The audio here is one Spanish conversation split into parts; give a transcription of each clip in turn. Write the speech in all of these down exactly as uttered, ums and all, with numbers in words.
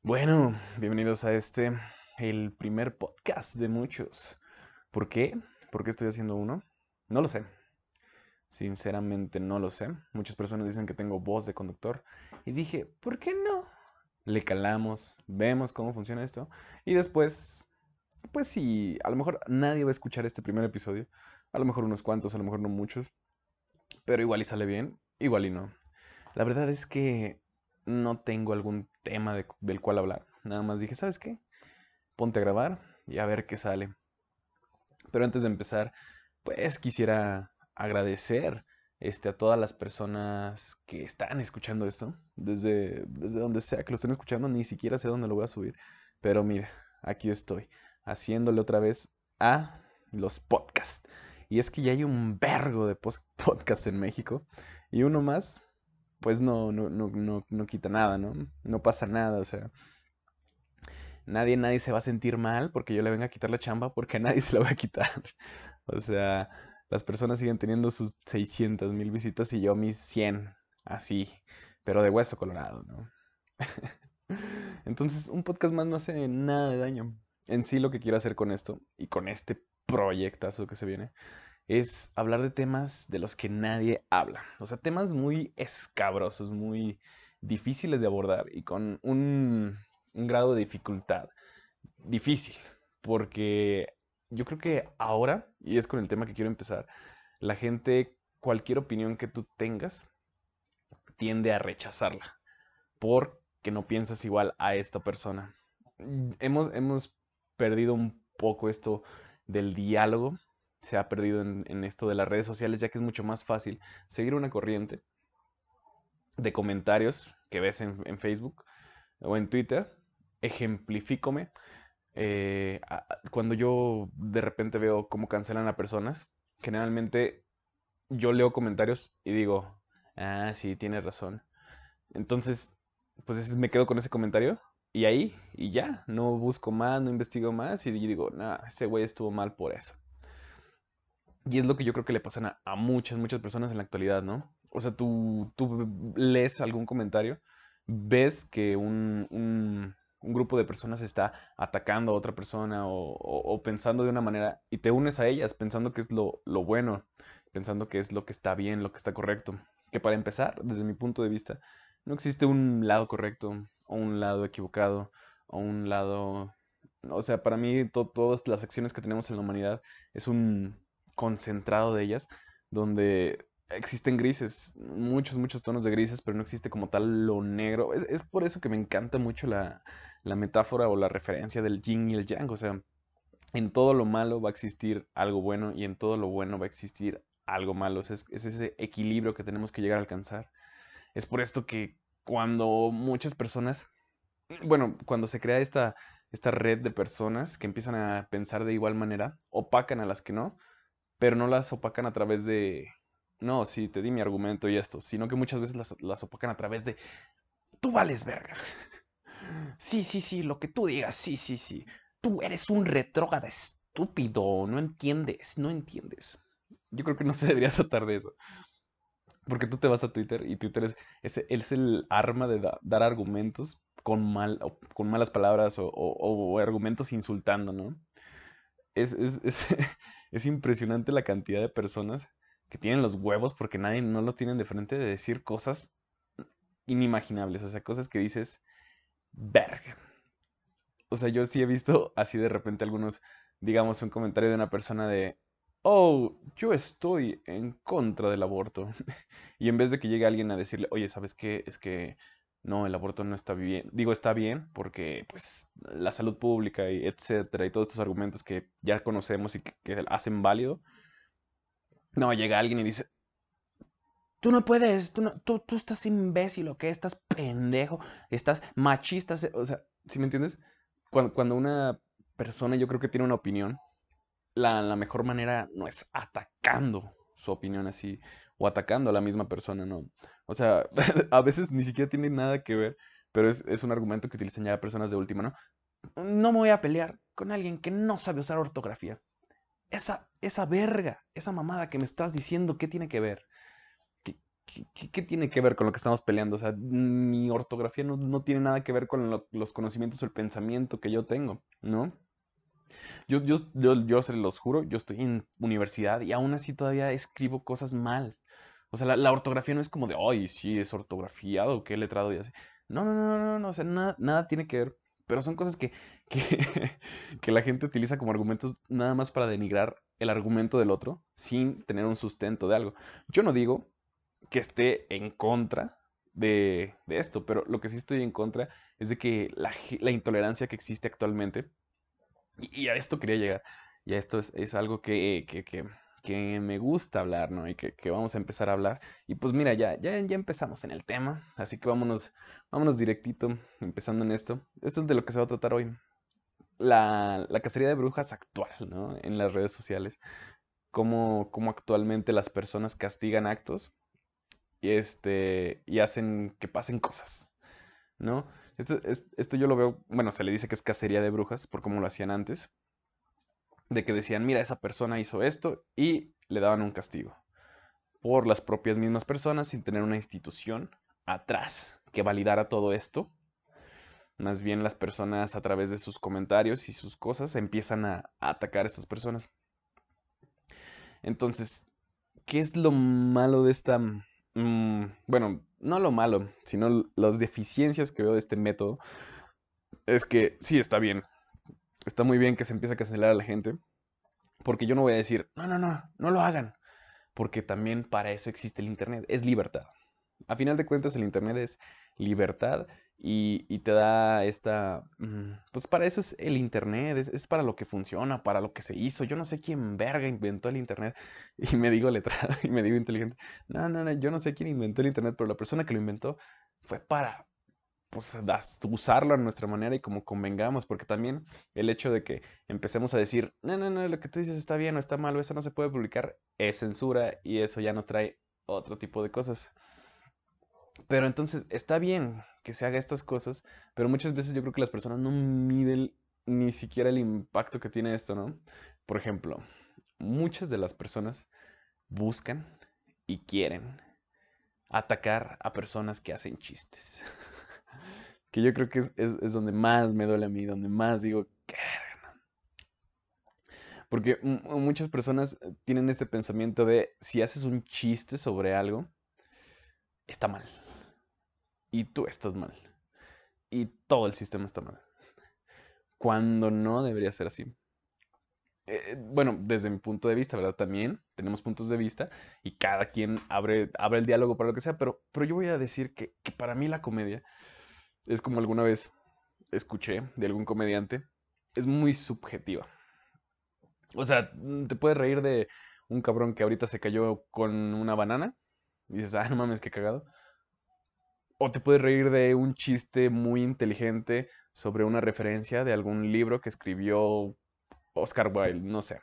Bueno, bienvenidos a este, el primer podcast de muchos. ¿Por qué? ¿Por qué estoy haciendo uno? No lo sé. Sinceramente no lo sé. Muchas personas dicen que tengo voz de conductor. Y dije, ¿por qué no? Le calamos, vemos cómo funciona esto. Y después, pues sí, a lo mejor nadie va a escuchar este primer episodio. A lo mejor unos cuantos, a lo mejor no muchos. Pero igual y sale bien, igual y no. La verdad es que no tengo algún tema de- del cual hablar. Nada más dije, ¿sabes qué? Ponte a grabar y a ver qué sale. Pero antes de empezar, pues quisiera agradecer este, a todas las personas que están escuchando esto, desde, desde donde sea que lo estén escuchando, ni siquiera sé dónde lo voy a subir. Pero mira, aquí estoy, haciéndole otra vez a los podcasts. Y es que ya hay un vergo de pos- podcasts en México. Y uno más, pues no, no, no, no, no quita nada, ¿no? No pasa nada, o sea, nadie, nadie se va a sentir mal porque yo le venga a quitar la chamba porque a nadie se la va a quitar. O sea, las personas siguen teniendo sus seiscientas mil visitas y yo mis cien así, pero de hueso colorado, ¿no? Entonces, un podcast más no hace nada de daño. En sí, lo que quiero hacer con esto y con este proyectazo que se viene es hablar de temas de los que nadie habla. O sea, temas muy escabrosos, muy difíciles de abordar y con un, un grado de dificultad difícil, porque yo creo que ahora, y es con el tema que quiero empezar, la gente, cualquier opinión que tú tengas, tiende a rechazarla, porque no piensas igual a esta persona. Hemos, hemos perdido un poco esto del diálogo, se ha perdido en, en esto de las redes sociales, ya que es mucho más fácil seguir una corriente de comentarios que ves en, en Facebook o en Twitter. Ejemplifícome, eh, cuando yo de repente veo cómo cancelan a personas, generalmente yo leo comentarios y digo, ah, sí, tienes razón. Entonces, pues me quedo con ese comentario y ahí, y ya, no busco más, no investigo más y digo, nah, ese güey estuvo mal por eso. Y es lo que yo creo que le pasan a, a muchas, muchas personas en la actualidad, ¿no? O sea, tú, tú lees algún comentario, ves que un, un, un grupo de personas está atacando a otra persona o, o- o pensando de una manera y te unes a ellas pensando que es lo, lo bueno, pensando que es lo que está bien, lo que está correcto. Que para empezar, desde mi punto de vista, no existe un lado correcto o un lado equivocado o un lado... O sea, para mí to- todas las acciones que tenemos en la humanidad es un concentrado de ellas, donde existen grises, muchos, muchos tonos de grises, pero no existe como tal lo negro. Es, es por eso que me encanta mucho la, la metáfora o la referencia del yin y el yang. O sea, en todo lo malo va a existir algo bueno y en todo lo bueno va a existir algo malo. O sea, es, es ese equilibrio que tenemos que llegar a alcanzar. Es por esto que cuando muchas personas, bueno, cuando se crea esta, esta red de personas que empiezan a pensar de igual manera, opacan a las que no, pero no las opacan a través de, no, sí, te di mi argumento y esto, sino que muchas veces las, las opacan a través de, tú vales verga. Sí, sí, sí, lo que tú digas, sí, sí, sí. Tú eres un retrógrada estúpido, no entiendes, no entiendes. Yo creo que no se debería tratar de eso. Porque tú te vas a Twitter y Twitter es, es, es el arma de da- dar argumentos con, mal, o- con malas palabras o, o- o argumentos insultando, ¿no? Es, es, es, es impresionante la cantidad de personas que tienen los huevos porque nadie no los tienen de frente de decir cosas inimaginables, o sea, cosas que dices, verga. O sea, yo sí he visto así de repente algunos, digamos, un comentario de una persona de, oh, yo estoy en contra del aborto. Y en vez de que llegue alguien a decirle, oye, ¿sabes qué? Es que no, el aborto no está bien. Digo, está bien porque, pues, la salud pública y etcétera, y todos estos argumentos que ya conocemos y que, que hacen válido. No, llega alguien y dice, tú no puedes, tú, no, tú, tú estás imbécil, ¿o qué? Estás pendejo, estás machista. se- O sea, ¿sí me entiendes? Cuando, cuando una persona yo creo que tiene una opinión, la, la mejor manera no es atacando su opinión así o atacando a la misma persona, ¿no? O sea, a veces ni siquiera tiene nada que ver, pero es, es un argumento que utilizan ya personas de última, ¿no? No me voy a pelear con alguien que no sabe usar ortografía. Esa, esa verga, esa mamada que me estás diciendo, ¿qué tiene que ver? ¿Qué, ¿qué, qué- qué tiene que ver con lo que estamos peleando? O sea, mi ortografía no, no tiene nada que ver con lo- los conocimientos o el pensamiento que yo tengo, ¿no? Yo, yo, yo, yo se los juro, yo estoy en universidad y aún así todavía escribo cosas mal. O sea, la, la ortografía no es como de, ay, sí, es ortografiado, qué letrado y así. No, no, no, no, no, no, o sea, nada, nada tiene que ver. Pero son cosas que, que, que la gente utiliza como argumentos nada más para denigrar el argumento del otro sin tener un sustento de algo. Yo no digo que esté en contra de, de esto, pero lo que sí estoy en contra es de que la, ge- la intolerancia que existe actualmente y, y a esto quería llegar. Y a esto es, es algo que, que, que, que me gusta hablar, ¿no? Y que, que vamos a empezar a hablar. Y pues mira, ya, ya, ya empezamos en el tema. Así que vámonos, vámonos directito, empezando en esto. Esto es de lo que se va a tratar hoy. La, la cacería de brujas actual, ¿no? En las redes sociales. Cómo, cómo actualmente las personas castigan actos y, este, y hacen que pasen cosas, ¿no? Esto, es- esto yo lo veo, bueno, se le dice que es cacería de brujas por cómo lo hacían antes de que decían, mira, esa persona hizo esto y le daban un castigo por las propias mismas personas sin tener una institución atrás que validara todo esto. Más bien las personas a través de sus comentarios y sus cosas empiezan a, a atacar a estas personas. Entonces, ¿qué es lo malo de esta... mm, bueno, no lo malo, sino las deficiencias que veo de este método? Es que sí, está bien. Está muy bien que se empiece a cancelar a la gente. Porque yo no voy a decir, no, no, no, no lo hagan. Porque también para eso existe el Internet, es libertad. A final de cuentas el Internet es libertad y, y te da esta... mm, Pues para eso es el Internet, es, es para lo que funciona, para lo que se hizo. Yo no sé quién verga inventó el Internet y me digo letrado y me digo inteligente. No, no, no, yo no sé quién inventó el Internet, pero la persona que lo inventó fue para pues das- usarlo a nuestra manera y como convengamos, porque también el hecho de que empecemos a decir, no, no, no, lo que tú dices está bien o está mal o eso no se puede publicar, es censura y eso ya nos trae otro tipo de cosas. Pero entonces está bien que se haga estas cosas, pero muchas veces yo creo que las personas no miden ni siquiera el impacto que tiene esto, ¿no? Por ejemplo, muchas de las personas buscan y quieren atacar a personas que hacen chistes. Que yo creo que es, es- es donde más me duele a mí, donde más digo, ¿qué? Porque mu- muchas personas eh, tienen este pensamiento de si haces un chiste sobre algo, está mal. Y tú estás mal. Y todo el sistema está mal. Cuando no debería ser así. Eh, bueno, desde mi punto de vista, ¿verdad? También tenemos puntos de vista y cada quien abre, abre el diálogo para lo que sea, pero, pero yo voy a decir que, que para mí la comedia es como alguna vez escuché de algún comediante, es muy subjetiva. O sea, mm, te puedes reír de un cabrón que ahorita se cayó con una banana. Y dices, ah, no mames, qué cagado. O te puedes reír de un chiste muy inteligente sobre una referencia de algún libro que escribió Oscar Wilde, no sé.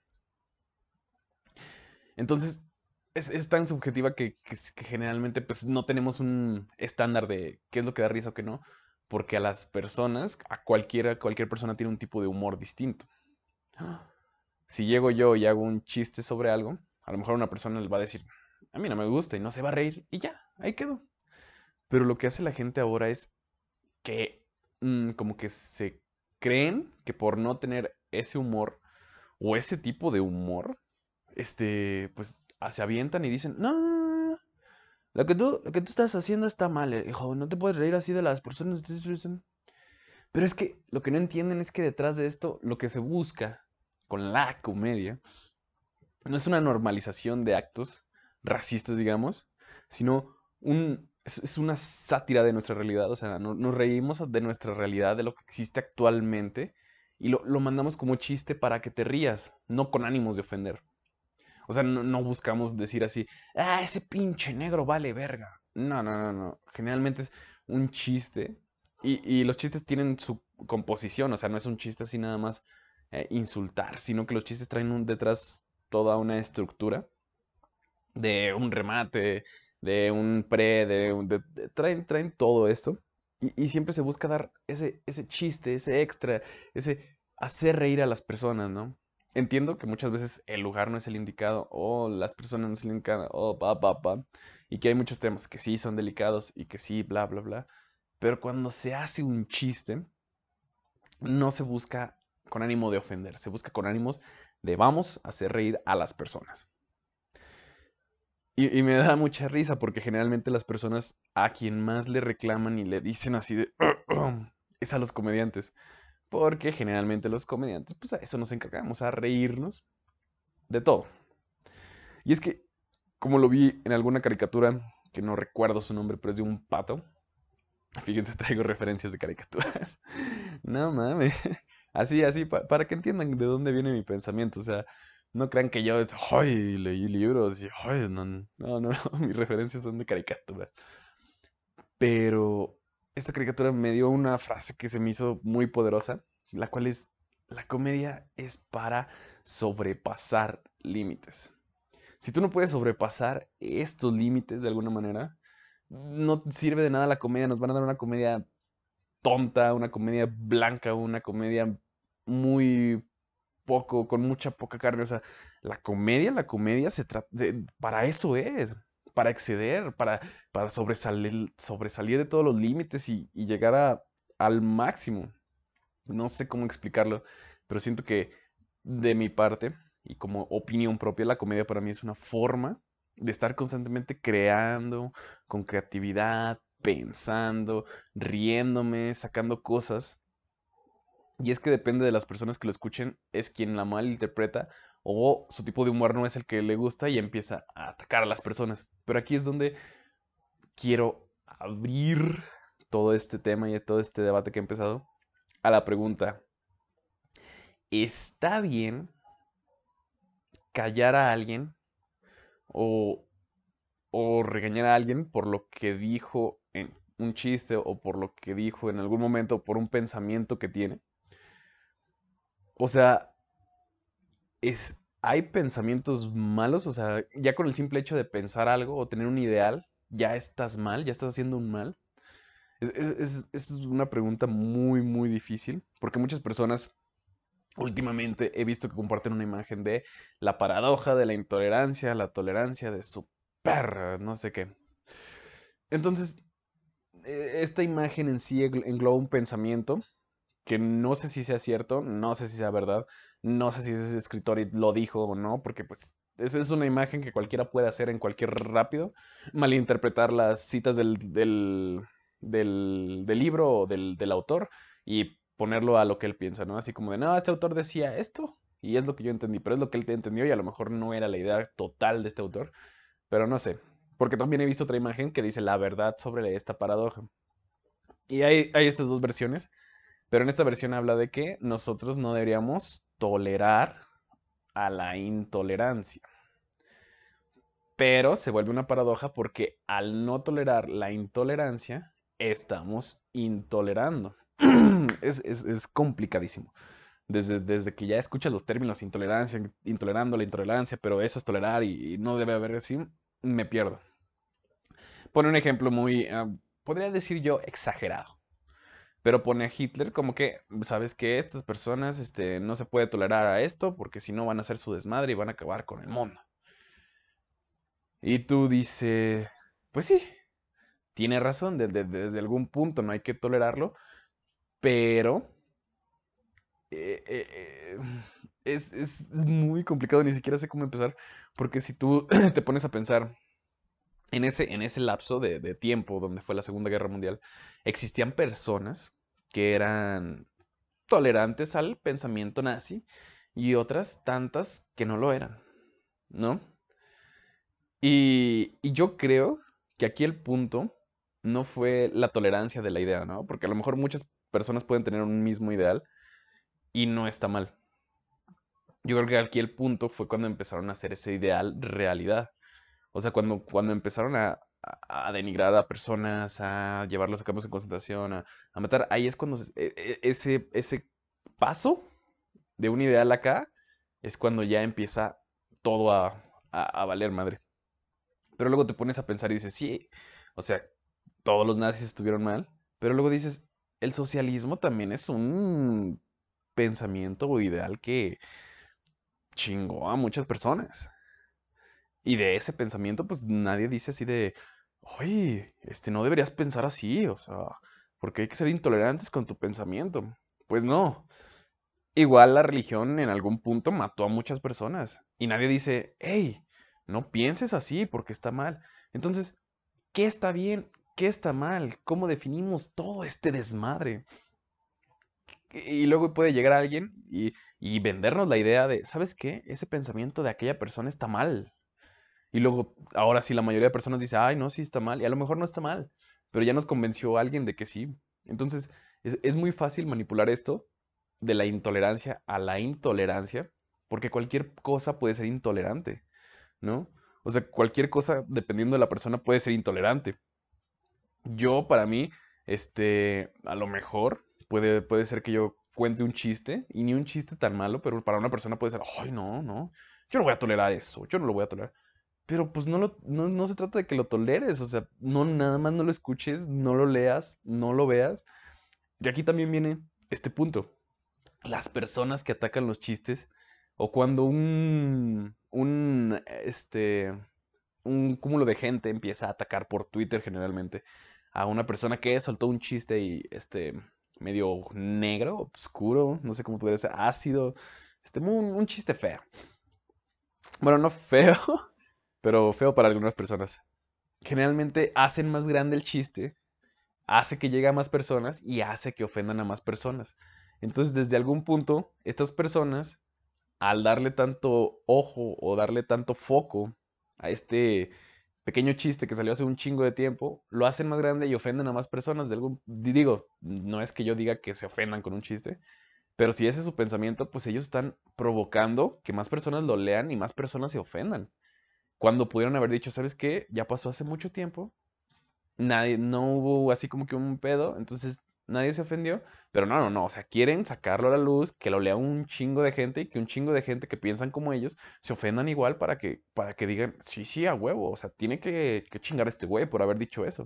Entonces, es, es tan subjetiva que, que s- que generalmente pues, no tenemos un estándar de qué es lo que da risa o qué no. Porque a las personas, a cualquiera, cualquier persona tiene un tipo de humor distinto. Si llego yo y hago un chiste sobre algo, a lo mejor una persona le va a decir, a mí no me gusta y no se va a reír y ya, ahí quedó. Pero lo que hace la gente ahora es que mm, como que se creen que por no tener ese humor o ese tipo de humor, este, pues ah, se avientan y dicen, no, no, no, no, lo que tú, lo que tú estás haciendo está mal, eh, hijo, no te puedes reír así de las personas. Pero es que lo que no entienden es que detrás de esto, lo que se busca con la comedia no es una normalización de actos racistas, digamos, sino un, es, es una sátira de nuestra realidad. O sea, no- nos reímos de nuestra realidad, de lo que existe actualmente, y lo, lo mandamos como chiste para que te rías, no con ánimos de ofender. O sea, no, no buscamos decir así, ah, ese pinche negro vale verga. No, no, no, no. Generalmente es un chiste. Y, y los chistes tienen su composición. O sea, no es un chiste así nada más eh, insultar, sino que los chistes traen un, detrás toda una estructura de un remate, de un pre, de, un- de- de- traen, traen todo esto. Y, y siempre se busca dar ese, ese chiste, ese extra, ese hacer reír a las personas, ¿no? Entiendo que muchas veces el lugar no es el indicado, o las personas no es el indicado, o pa, pa, pa. y que hay muchos temas que sí son delicados y que sí, bla, bla, bla. Pero cuando se hace un chiste, no se busca con ánimo de ofender, se busca con ánimos de vamos a hacer reír a las personas. Y, y me da mucha risa porque generalmente las personas a quien más le reclaman y le dicen así de es a los comediantes. Porque generalmente los comediantes, pues a eso nos encargamos, a reírnos de todo. Y es que, como lo vi en alguna caricatura, que no recuerdo su nombre, pero es de un pato. Fíjense, traigo referencias de caricaturas. No mames. Así, así, pa- para que entiendan de dónde viene mi pensamiento. O sea, no crean que yo, ay, leí libros y, ay, no, no, no, no, mis referencias son de caricaturas. Pero esta caricatura me dio una frase que se me hizo muy poderosa, la cual es, la comedia es para sobrepasar límites. Si tú no puedes sobrepasar estos límites de alguna manera, no sirve de nada la comedia. Nos van a dar una comedia tonta, una comedia blanca, una comedia muy poco, con mucha poca carne. O sea, la comedia, la comedia se trata de, para eso es, para exceder, para, para sobresalir, sobresalir de todos los límites y, y llegar a, al máximo. No sé cómo explicarlo, pero siento que de mi parte y como opinión propia, la comedia para mí es una forma de estar constantemente creando, con creatividad, pensando, riéndome, sacando cosas. Y es que depende de las personas que lo escuchen, es quien la malinterpreta o su tipo de humor no es el que le gusta y empieza a atacar a las personas. Pero aquí es donde quiero abrir todo este tema y todo este debate que he empezado a la pregunta, ¿está bien callar a alguien o, o regañar a alguien por lo que dijo en un chiste o por lo que dijo en algún momento o por un pensamiento que tiene? O sea, es, hay pensamientos malos, o sea, ya con el simple hecho de pensar algo o tener un ideal, ya estás mal, ya estás haciendo un mal. Es, es- es- es una pregunta muy, muy difícil, porque muchas personas últimamente he visto que comparten una imagen de la paradoja de la intolerancia, la tolerancia de su perra, no sé qué. Entonces, e- esta imagen en sí engl- engloba un pensamiento que no sé si sea cierto, no sé si sea verdad, no sé si ese escritor lo dijo o no, porque pues esa es una imagen que cualquiera puede hacer en cualquier rápido, malinterpretar las citas del, del, del, del libro o del, del autor y ponerlo a lo que él piensa, ¿no? Así como de, no, este autor decía esto y es lo que yo entendí, pero es lo que él entendió y a lo mejor no era la idea total de este autor, pero no sé, porque también he visto otra imagen que dice la verdad sobre esta paradoja. Y hay, hay estas dos versiones. Pero en esta versión habla de que nosotros no deberíamos tolerar a la intolerancia. Pero se vuelve una paradoja porque al no tolerar la intolerancia, estamos intolerando. Es, es, es complicadísimo. Desde, desde que ya escuchas los términos intolerancia, intolerando la intolerancia, pero eso es tolerar y, y no debe haber así, me pierdo. Pone un ejemplo muy, uh, podría decir yo, exagerado. Pero pone a Hitler como que, ¿sabes qué? Estas personas, este, no se puede tolerar a esto porque si no van a hacer su desmadre y van a acabar con el mundo. Y tú dices, pues sí, tiene razón, de- de- desde algún punto no hay que tolerarlo, pero eh, eh, eh, es, es muy complicado, ni siquiera sé cómo empezar, porque si tú te pones a pensar en ese, en ese lapso de, de tiempo donde fue la Segunda Guerra Mundial, existían personas que eran tolerantes al pensamiento nazi y otras tantas que no lo eran, ¿no? Y, y yo creo que aquí el punto no fue la tolerancia de la idea, ¿no? Porque a lo mejor muchas personas pueden tener un mismo ideal y no está mal. Yo creo que aquí el punto fue cuando empezaron a hacer ese ideal realidad. O sea, cuando, cuando empezaron a, a- a denigrar a personas, a llevarlos a campos de concentración, a, a matar, ahí es cuando se- e- e- ese, ese paso de un ideal acá es cuando ya empieza todo a, a, a valer madre. Pero luego te pones a pensar y dices, sí, o sea, todos los nazis estuvieron mal, pero luego dices, el socialismo también es un pensamiento o ideal que chingó a muchas personas. Y de ese pensamiento, pues nadie dice así de, oye, este, no deberías pensar así, o sea, porque hay que ser intolerantes con tu pensamiento. Pues no. Igual la religión en algún punto mató a muchas personas. Y nadie dice, hey, no pienses así porque está mal. Entonces, ¿qué está bien? ¿Qué está mal? ¿Cómo definimos todo este desmadre? Y luego puede llegar alguien y, y vendernos la idea de, ¿sabes qué? Ese pensamiento de aquella persona está mal. Y luego, ahora sí, la mayoría de personas dice, ay, no, sí está mal. Y a lo mejor no está mal, pero ya nos convenció alguien de que sí. Entonces, es, es muy fácil manipular esto de la intolerancia a la intolerancia, porque cualquier cosa puede ser intolerante, ¿no? O sea, cualquier cosa, dependiendo de la persona, puede ser intolerante. Yo, para mí, este, a lo mejor puede, puede ser que yo cuente un chiste, y ni un chiste tan malo, pero para una persona puede ser, ay, no, no, yo no voy a tolerar eso, yo no lo voy a tolerar. Pero pues no, lo, no, no se trata de que lo toleres, o sea, no nada más no lo escuches, no lo leas, no lo veas. Y aquí también viene este punto. Las personas que atacan los chistes, o cuando un, un, este, un cúmulo de gente empieza a atacar por Twitter generalmente a una persona que soltó un chiste y este medio negro, oscuro, no sé cómo podría ser, ácido, este, un, un chiste feo. Bueno, no feo, pero feo para algunas personas. Generalmente hacen más grande el chiste, hace que llegue a más personas y hace que ofendan a más personas. Entonces, desde algún punto, estas personas, al darle tanto ojo o darle tanto foco a este pequeño chiste que salió hace un chingo de tiempo, lo hacen más grande y ofenden a más personas. De algún, digo, no es que yo diga que se ofendan con un chiste, pero si ese es su pensamiento, pues ellos están provocando que más personas lo lean y más personas se ofendan. Cuando pudieron haber dicho, ¿sabes qué? Ya pasó hace mucho tiempo, nadie, no hubo así como que un pedo, entonces nadie se ofendió, pero no, no, no, o sea, quieren sacarlo a la luz, que lo lea un chingo de gente y que un chingo de gente que piensan como ellos se ofendan igual para que, para que digan, sí, sí, a huevo, o sea, tiene que, que chingar a este güey por haber dicho eso.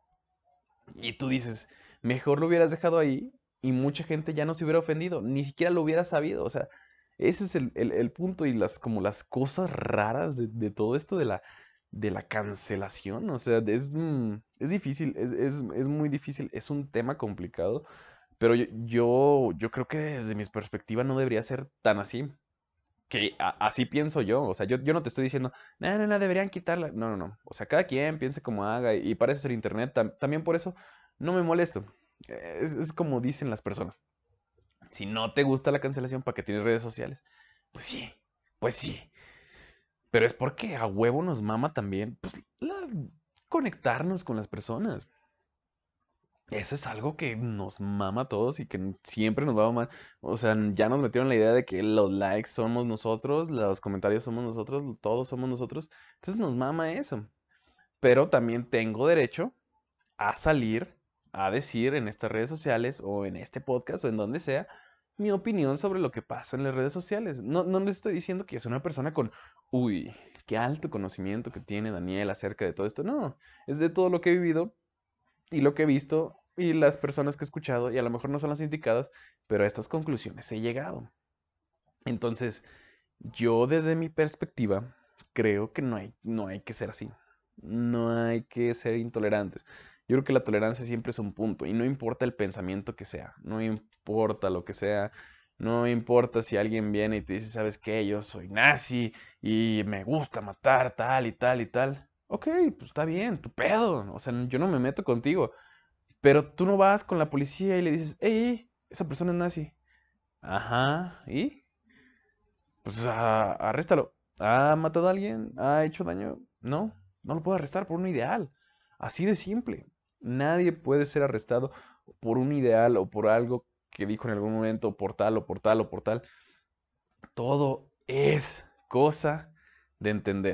Y tú dices, mejor lo hubieras dejado ahí y mucha gente ya no se hubiera ofendido, ni siquiera lo hubiera sabido, o sea, ese es el, el- el punto y las, como las cosas raras de, de todo esto de la, de la cancelación, o sea, es, mm, es difícil, es, es, es muy difícil, es un tema complicado, pero yo, yo, yo creo que desde mi perspectiva no debería ser tan así, que a- así pienso yo, o sea, yo, yo no te estoy diciendo, no, no, no, deberían quitarla, no, no, no, o sea, cada quien piense como haga y para eso es el internet, tam- también por eso no me molesto, es, es como dicen las personas, si no te gusta la cancelación, ¿para qué tienes redes sociales? Pues sí, pues sí, pero es porque a huevo nos mama también, pues, la- conectarnos con las personas. Eso es algo que nos mama a todos y que siempre nos va a mamar. O sea, ya nos metieron la idea de que los likes somos nosotros, los comentarios somos nosotros, todos somos nosotros. Entonces nos mama eso. Pero también tengo derecho a salir a decir en estas redes sociales o en este podcast o en donde sea mi opinión sobre lo que pasa en las redes sociales. No, no les estoy diciendo que yo soy una persona con, uy, qué alto conocimiento que tiene Daniel acerca de todo esto. No, es de todo lo que he vivido y lo que he visto y las personas que he escuchado, y a lo mejor no son las indicadas, pero a estas conclusiones he llegado. Entonces, yo desde mi perspectiva creo que no hay, no hay que ser así. No hay que ser intolerantes. Yo creo que la tolerancia siempre es un punto y no importa el pensamiento que sea, no importa lo que sea, no importa si alguien viene y te dice, ¿sabes qué? Yo soy nazi y me gusta matar tal y tal y tal. Ok, pues está bien, tu pedo. O sea, yo no me meto contigo. Pero tú no vas con la policía y le dices, hey, esa persona es nazi. Ajá, ¿y? Pues ah, arréstalo. ¿Ha matado a alguien? ¿Ha hecho daño? No, no lo puedo arrestar por un ideal. Así de simple. Nadie puede ser arrestado por un ideal o por algo que dijo en algún momento, por tal o por tal o por tal. Todo es cosa de entender.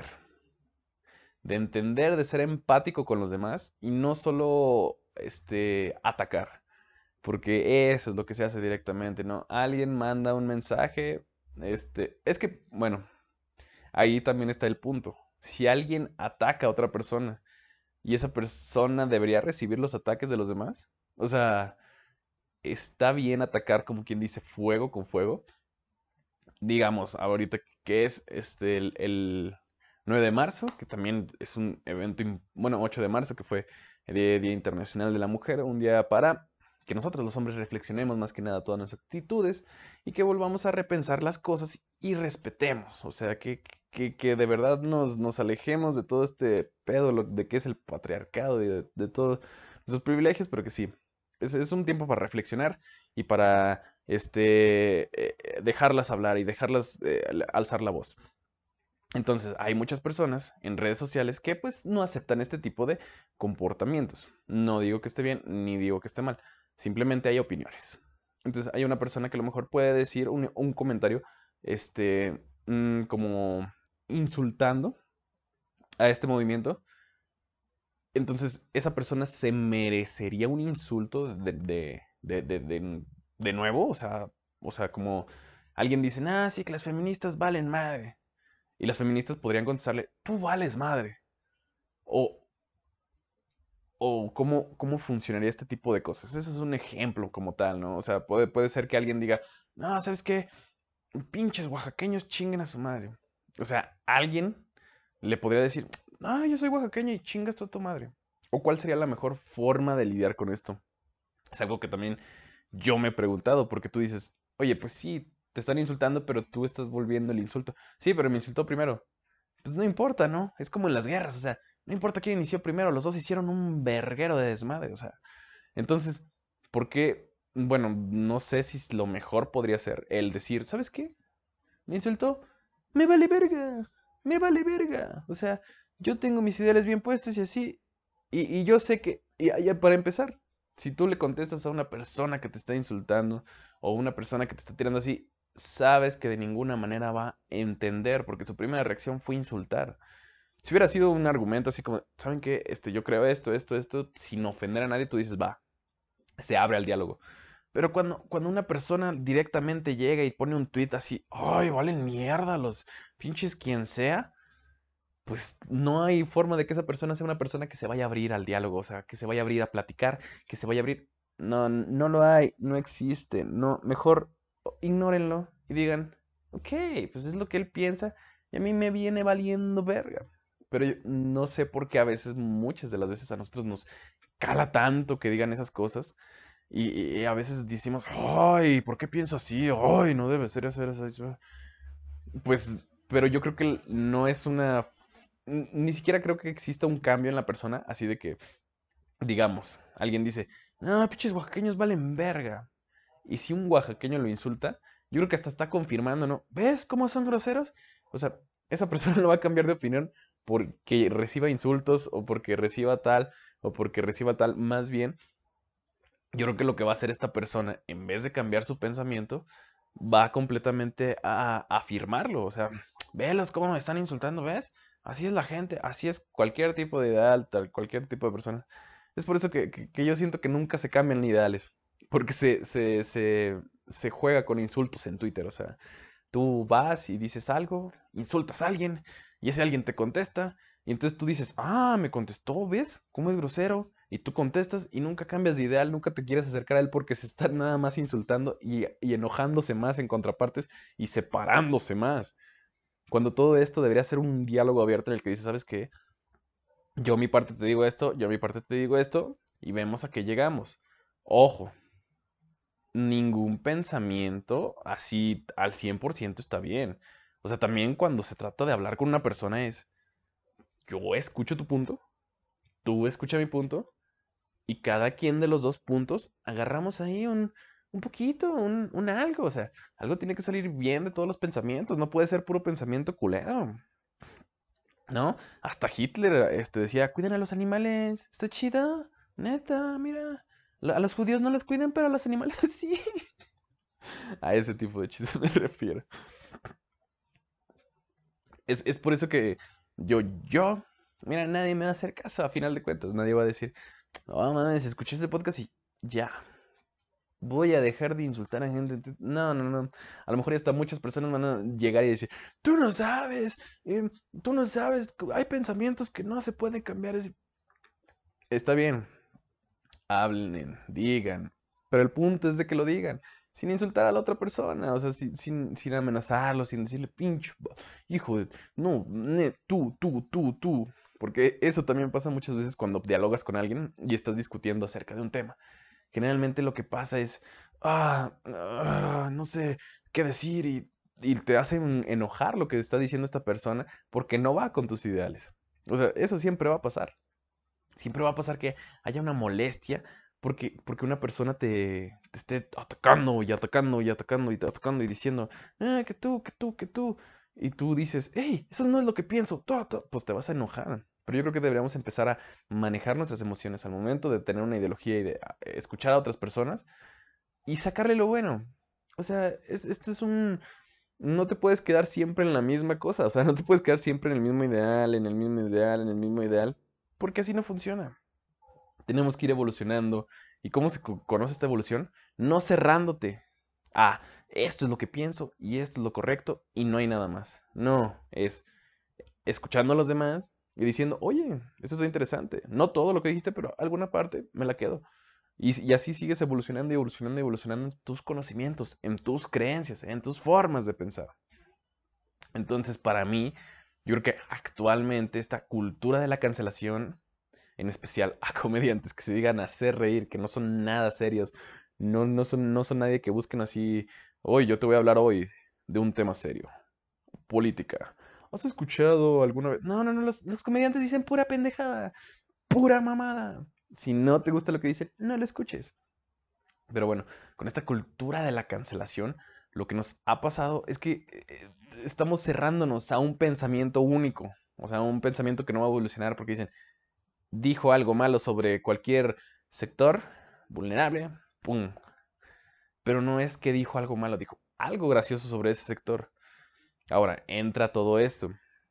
De entender, de ser empático con los demás y no solo este, atacar. Porque eso es lo que se hace directamente, ¿no? Alguien manda un mensaje, este, es que, bueno, ahí también está el punto. Si alguien ataca a otra persona y esa persona debería recibir los ataques de los demás, o sea, está bien atacar como quien dice fuego con fuego. Digamos, ahorita que es este el, el- nueve de marzo, que también es un evento, im- bueno, ocho de marzo, que fue el Día, Día Internacional de la Mujer, un día para que nosotros los hombres reflexionemos más que nada todas nuestras actitudes y que volvamos a repensar las cosas y respetemos, o sea, que, que, que de verdad nos, nos alejemos de todo este pedo lo- de que es el patriarcado y de, de todos esos privilegios, pero que sí, es, es un tiempo para reflexionar y para este, eh, eh, dejarlas hablar y dejarlas eh, alzar la voz. Entonces, hay muchas personas en redes sociales que pues no aceptan este tipo de comportamientos. No digo que esté bien, ni digo que esté mal. Simplemente hay opiniones. Entonces, hay una persona que a lo mejor puede decir un, un comentario, este, mm, como insultando a este movimiento. Entonces, esa persona se merecería un insulto de, de, de, de, de- de nuevo. O sea, o sea, como alguien dice, ah, sí, que las feministas valen madre. Y las feministas podrían contestarle, tú vales madre. O, o cómo, cómo funcionaría este tipo de cosas. Ese es un ejemplo como tal, ¿no? O sea, puede, puede ser que alguien diga, no, ¿sabes qué? Pinches oaxaqueños chinguen a su madre. O sea, alguien le podría decir, ah, yo soy oaxaqueño y chingas tú a tu madre. ¿O cuál sería la mejor forma de lidiar con esto? Es algo que también yo me he preguntado, porque tú dices, oye, pues sí, te están insultando, pero tú estás volviendo el insulto. Sí, pero me insultó primero. Pues no importa, ¿no? Es como en las guerras, o sea, no importa quién inició primero, los dos hicieron un verguero de desmadre, o sea. Entonces, ¿por qué? Bueno, no sé si lo mejor podría ser el decir, ¿sabes qué? Me insultó, me vale verga, me vale verga. O sea, yo tengo mis ideales bien puestos y así, y, y yo sé que, y, y para empezar, si tú le contestas a una persona que te está insultando o una persona que te está tirando así, sabes que de ninguna manera va a entender, porque su primera reacción fue insultar. Si hubiera sido un argumento así como, ¿saben qué? Este, yo creo esto, esto, esto, sin ofender a nadie, tú dices, va, se abre al diálogo. Pero cuando, cuando una persona directamente llega y pone un tweet así, ay, valen mierda los pinches quien sea, pues no hay forma de que esa persona sea una persona que se vaya a abrir al diálogo, o sea, que se vaya a abrir a platicar, que se vaya a abrir. No, no lo hay, no existe, no, mejor ignórenlo y digan, ok, pues es lo que él piensa y a mí me viene valiendo verga. Pero yo no sé por qué a veces, muchas de las veces a nosotros nos cala tanto que digan esas cosas y, y a veces decimos, ay, ¿por qué pienso así? Ay, no debe ser hacer eso. Pues, pero yo creo que no es una... n- Ni siquiera creo que exista un cambio en la persona, así de que, digamos, alguien dice, no, pinches oaxaqueños valen verga. Y si un oaxaqueño lo insulta, yo creo que hasta está confirmando, ¿no? ¿Ves cómo son groseros? O sea, esa persona no va a cambiar de opinión porque reciba insultos o porque reciba tal o porque reciba tal. Más bien, yo creo que lo que va a hacer esta persona, en vez de cambiar su pensamiento, va completamente a afirmarlo. O sea, velos cómo me están insultando, ¿ves? Así es la gente, así es cualquier tipo de ideal, tal, cualquier tipo de persona. Es por eso que, que- que yo siento que nunca se cambian ideales. Porque se, se, se, se juega con insultos en Twitter. O sea, tú vas y dices algo, insultas a alguien, y ese alguien te contesta, y entonces tú dices, ah, me contestó, ¿ves? ¿Cómo es grosero? Y tú contestas y nunca cambias de ideal, nunca te quieres acercar a él porque se está nada más insultando y, y enojándose más en contrapartes y separándose más. Cuando todo esto debería ser un diálogo abierto en el que dices, ¿sabes qué? Yo a mi parte te digo esto, yo a mi parte te digo esto, y vemos a qué llegamos. Ojo, ningún pensamiento así al cien por ciento está bien. O sea, también cuando se trata de hablar con una persona es, yo escucho tu punto, tú escucha mi punto, y cada quien de los dos puntos agarramos ahí un, un poquito, un, un algo. O sea, algo tiene que salir bien de todos los pensamientos, no puede ser puro pensamiento culero, ¿no? Hasta Hitler este, decía, cuiden a los animales, está chido, neta, mira. A los judíos no los cuidan, pero a los animales sí. A ese tipo de chistes me refiero. Es, es por eso que yo, yo, mira, nadie me va a hacer caso a final de cuentas. Nadie va a decir, no mames, escuché este podcast y ya, voy a dejar de insultar a gente. No, no, no. A lo mejor hasta muchas personas van a llegar y decir, tú no sabes, em, tú no sabes, hay pensamientos que no se pueden cambiar. Es- Está bien, hablen, digan, pero el punto es de que lo digan. sin insultar a la otra persona, o sea, sin, sin, sin amenazarlo, sin decirle, pinche, va- hijo de, no, ne- tú, tú, tú, tú. Porque eso también pasa muchas veces cuando dialogas con alguien y estás discutiendo acerca de un tema. Generalmente lo que pasa es, ah, ah, no sé qué decir y, y te hacen enojar lo que está diciendo esta persona porque no va con tus ideales. O sea, eso siempre va a pasar. Siempre va a pasar que haya una molestia porque, porque una persona te, te esté atacando y atacando y atacando y atacando y diciendo, ah, que tú, que tú, que tú. Y tú dices, hey, eso no es lo que pienso, tú, tú", pues te vas a enojar. Pero yo creo que deberíamos empezar a manejar nuestras emociones al momento de tener una ideología y de ah, escuchar a otras personas y sacarle lo bueno. O sea, es- esto es un... No te puedes quedar siempre en la misma cosa, o sea, no te puedes quedar siempre en el mismo ideal, en el mismo ideal, en el mismo ideal, porque así no funciona. Tenemos que ir evolucionando. ¿Y cómo se co- conoce esta evolución? No cerrándote. Ah, esto es lo que pienso y esto es lo correcto y no hay nada más. No, es escuchando a los demás y diciendo, oye, esto está interesante. No todo lo que dijiste, pero alguna parte me la quedo. Y, s- y así sigues evolucionando y evolucionando y evolucionando en tus conocimientos, en tus creencias, en tus formas de pensar. Entonces, para mí, yo creo que actualmente esta cultura de la cancelación, en especial a comediantes que se digan a hacer reír, que no son nada serios, no, no son, no son nadie que busquen así, hoy yo te voy a hablar hoy de un tema serio, política. ¿Has escuchado alguna vez? No, no, no, los, los comediantes dicen pura pendejada, pura mamada. Si no te gusta lo que dicen, no lo escuches. Pero bueno, con esta cultura de la cancelación, lo que nos ha pasado es que eh, estamos cerrándonos a un pensamiento único, o sea, un pensamiento que no va a evolucionar porque dicen, dijo algo malo sobre cualquier sector vulnerable, ¡pum! Pero no es que dijo algo malo, dijo algo gracioso sobre ese sector. Ahora, entra todo esto.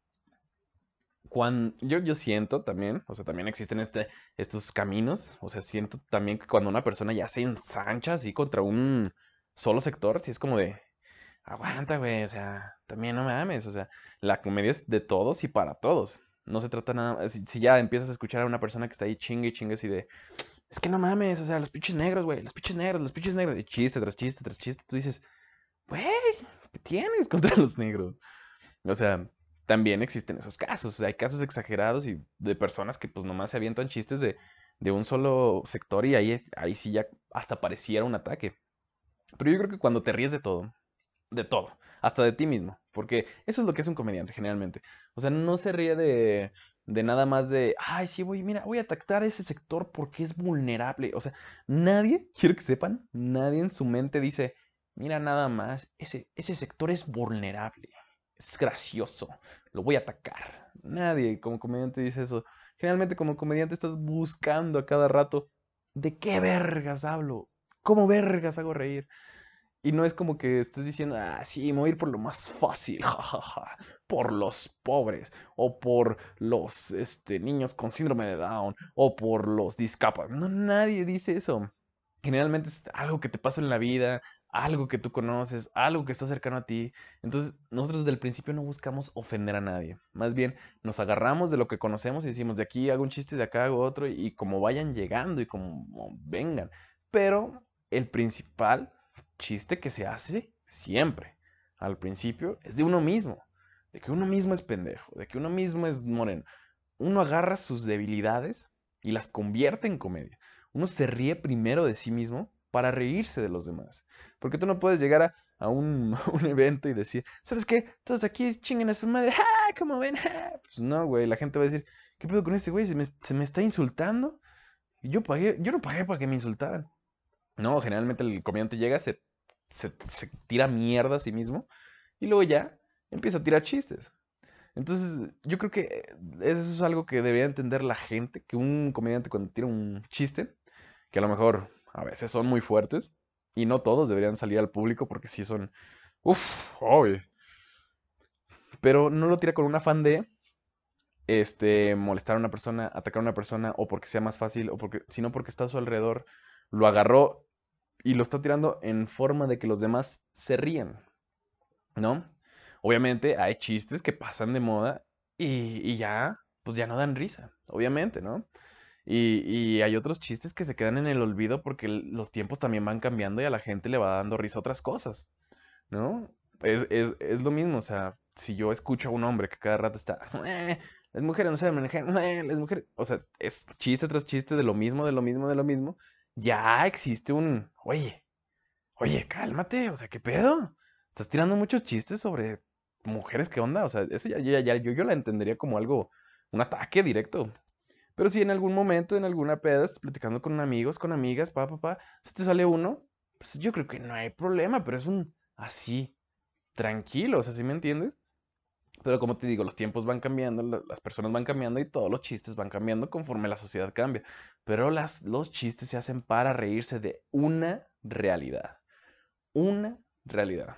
Cuando, yo, yo siento también, o sea, también existen este, estos caminos, o sea, siento también que cuando una persona ya se ensancha así contra un solo sector, sí es como de, aguanta, güey, o sea, también no mames, o sea, la comedia es de todos y para todos. No se trata nada, si, si ya empiezas a escuchar a una persona que está ahí chingue y chingue así de, es que no mames, o sea, los pinches negros, güey, los pinches negros, los pinches negros, y chiste tras chiste tras chiste, tú dices, güey, ¿qué tienes contra los negros? O sea, también existen esos casos. O sea, hay casos exagerados y de personas que pues nomás se avientan chistes de, de un solo sector y ahí, ahí sí ya hasta pareciera un ataque. Pero yo creo que cuando te ríes de todo, de todo, hasta de ti mismo, porque eso es lo que es un comediante generalmente. O sea, no se ríe de, de nada más de, ay, sí, voy, mira, voy a atacar a ese sector porque es vulnerable. O sea, nadie, quiero que sepan, nadie en su mente dice, mira, nada más, ese, ese sector es vulnerable, es gracioso, lo voy a atacar. Nadie como comediante dice eso. Generalmente como comediante estás buscando a cada rato, ¿de qué vergas hablo? ¿Cómo vergas hago reír? Y no es como que estés diciendo, ah, sí, me voy a ir por lo más fácil, jajaja, por los pobres, o por los este, niños con síndrome de Down, o por los discapacitados. No, nadie dice eso. Generalmente es algo que te pasa en la vida, algo que tú conoces, algo que está cercano a ti. Entonces, nosotros desde el principio no buscamos ofender a nadie. Más bien, nos agarramos de lo que conocemos y decimos, de aquí hago un chiste, de acá hago otro, y como vayan llegando y como vengan. Pero el principal chiste que se hace siempre al principio es de uno mismo, de que uno mismo es pendejo, de que uno mismo es moreno. Uno agarra sus debilidades y las convierte en comedia. Uno se ríe primero de sí mismo para reírse de los demás. Porque tú no puedes llegar a, a un, a un evento y decir, ¿sabes qué? Todos aquí chinguen a su madre, ¡ja! ¿Cómo ven? ¡Ja! Pues no, güey, la gente va a decir, ¿qué pedo con este güey? ¿Se me, se me está insultando? Y yo pagué, yo no pagué para que me insultaran. No, generalmente el comediante llega, se, se, se tira mierda a sí mismo y luego ya empieza a tirar chistes. Entonces, yo creo que eso es algo que debería entender la gente, que un comediante cuando tira un chiste, que a lo mejor a veces son muy fuertes, y no todos deberían salir al público porque sí son, uff, pero no lo tira con un afán de este, molestar a una persona, atacar a una persona, o porque sea más fácil, o porque, sino porque está a su alrededor, lo agarró y lo está tirando en forma de que los demás se ríen, ¿no? Obviamente hay chistes que pasan de moda y, y ya, pues ya no dan risa, obviamente, ¿no? Y, y hay otros chistes que se quedan en el olvido porque el- los tiempos también van cambiando y a la gente le va dando risa otras cosas, ¿no? Es, es, es lo mismo, o sea, si yo escucho a un hombre que cada rato está, "Eh, las mujeres no saben manejar, eh, las mujeres", o sea, es chiste tras chiste de lo mismo, de lo mismo, de lo mismo, ya existe un, oye, oye, cálmate, o sea, ¿qué pedo? Estás tirando muchos chistes sobre mujeres, ¿qué onda? O sea, eso ya, ya, ya- yo, yo la entendería como algo, un ataque directo. Pero si en algún momento, en alguna peda, estás platicando con amigos, con amigas, pa, pa, pa, se te sale uno, pues yo creo que no hay problema, pero es un así, tranquilo, o sea, ¿sí me entiendes? Pero como te digo, los tiempos van cambiando, la- las personas van cambiando y todos los chistes van cambiando conforme la sociedad cambia. Pero las, los chistes se hacen para reírse de una realidad. Una realidad.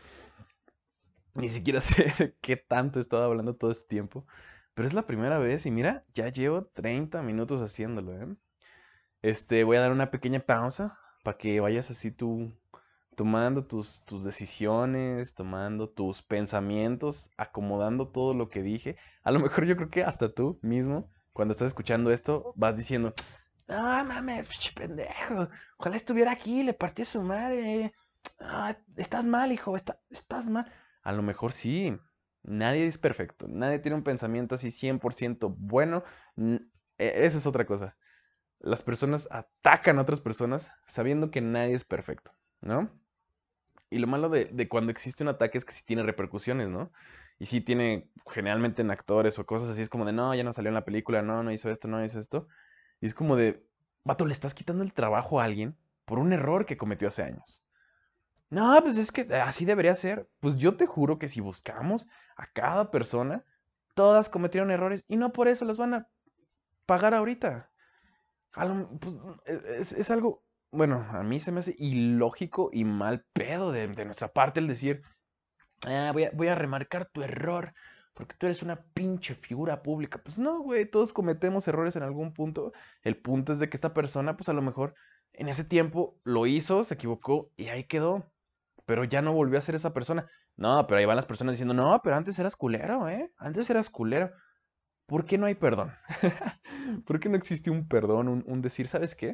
Ni siquiera sé qué tanto he estado hablando todo este tiempo. Pero es la primera vez y mira, ya llevo treinta minutos haciéndolo, ¿eh? Este, voy a dar una pequeña pausa para que vayas así tú tomando tus, tus decisiones, tomando tus pensamientos, acomodando todo lo que dije. A lo mejor yo creo que hasta tú mismo, cuando estás escuchando esto, vas diciendo, no mames, pinche pendejo, ojalá estuviera aquí, le partí a su madre. Ah, estás mal, hijo, está- estás mal. A lo mejor sí, nadie es perfecto, nadie tiene un pensamiento así cien por ciento bueno. N- e- Esa es otra cosa. Las personas atacan a otras personas sabiendo que nadie es perfecto, ¿no? Y lo malo de, de cuando existe un ataque es que sí tiene repercusiones, ¿no? Y sí tiene, generalmente en actores o cosas así, es como de, no, ya no salió en la película, no, no hizo esto, no hizo esto. Y es como de, vato, le estás quitando el trabajo a alguien por un error que cometió hace años. No, pues es que así debería ser. Pues yo te juro que si buscamos a cada persona, todas cometieron errores y no por eso las van a pagar ahorita. A lo- pues, es, es algo, bueno, a mí se me hace ilógico y mal pedo de, de nuestra parte el decir, "Ah, voy a, voy a remarcar tu error porque tú eres una pinche figura pública". Pues no, güey, todos cometemos errores en algún punto. El punto es de que esta persona, pues a lo mejor en ese tiempo lo hizo, se equivocó y ahí quedó. Pero ya no volvió a ser esa persona. No, pero ahí van las personas diciendo, no, pero antes eras culero, ¿eh? Antes eras culero. ¿Por qué no hay perdón? ¿Por qué no existe un perdón, un, un decir, ¿sabes qué?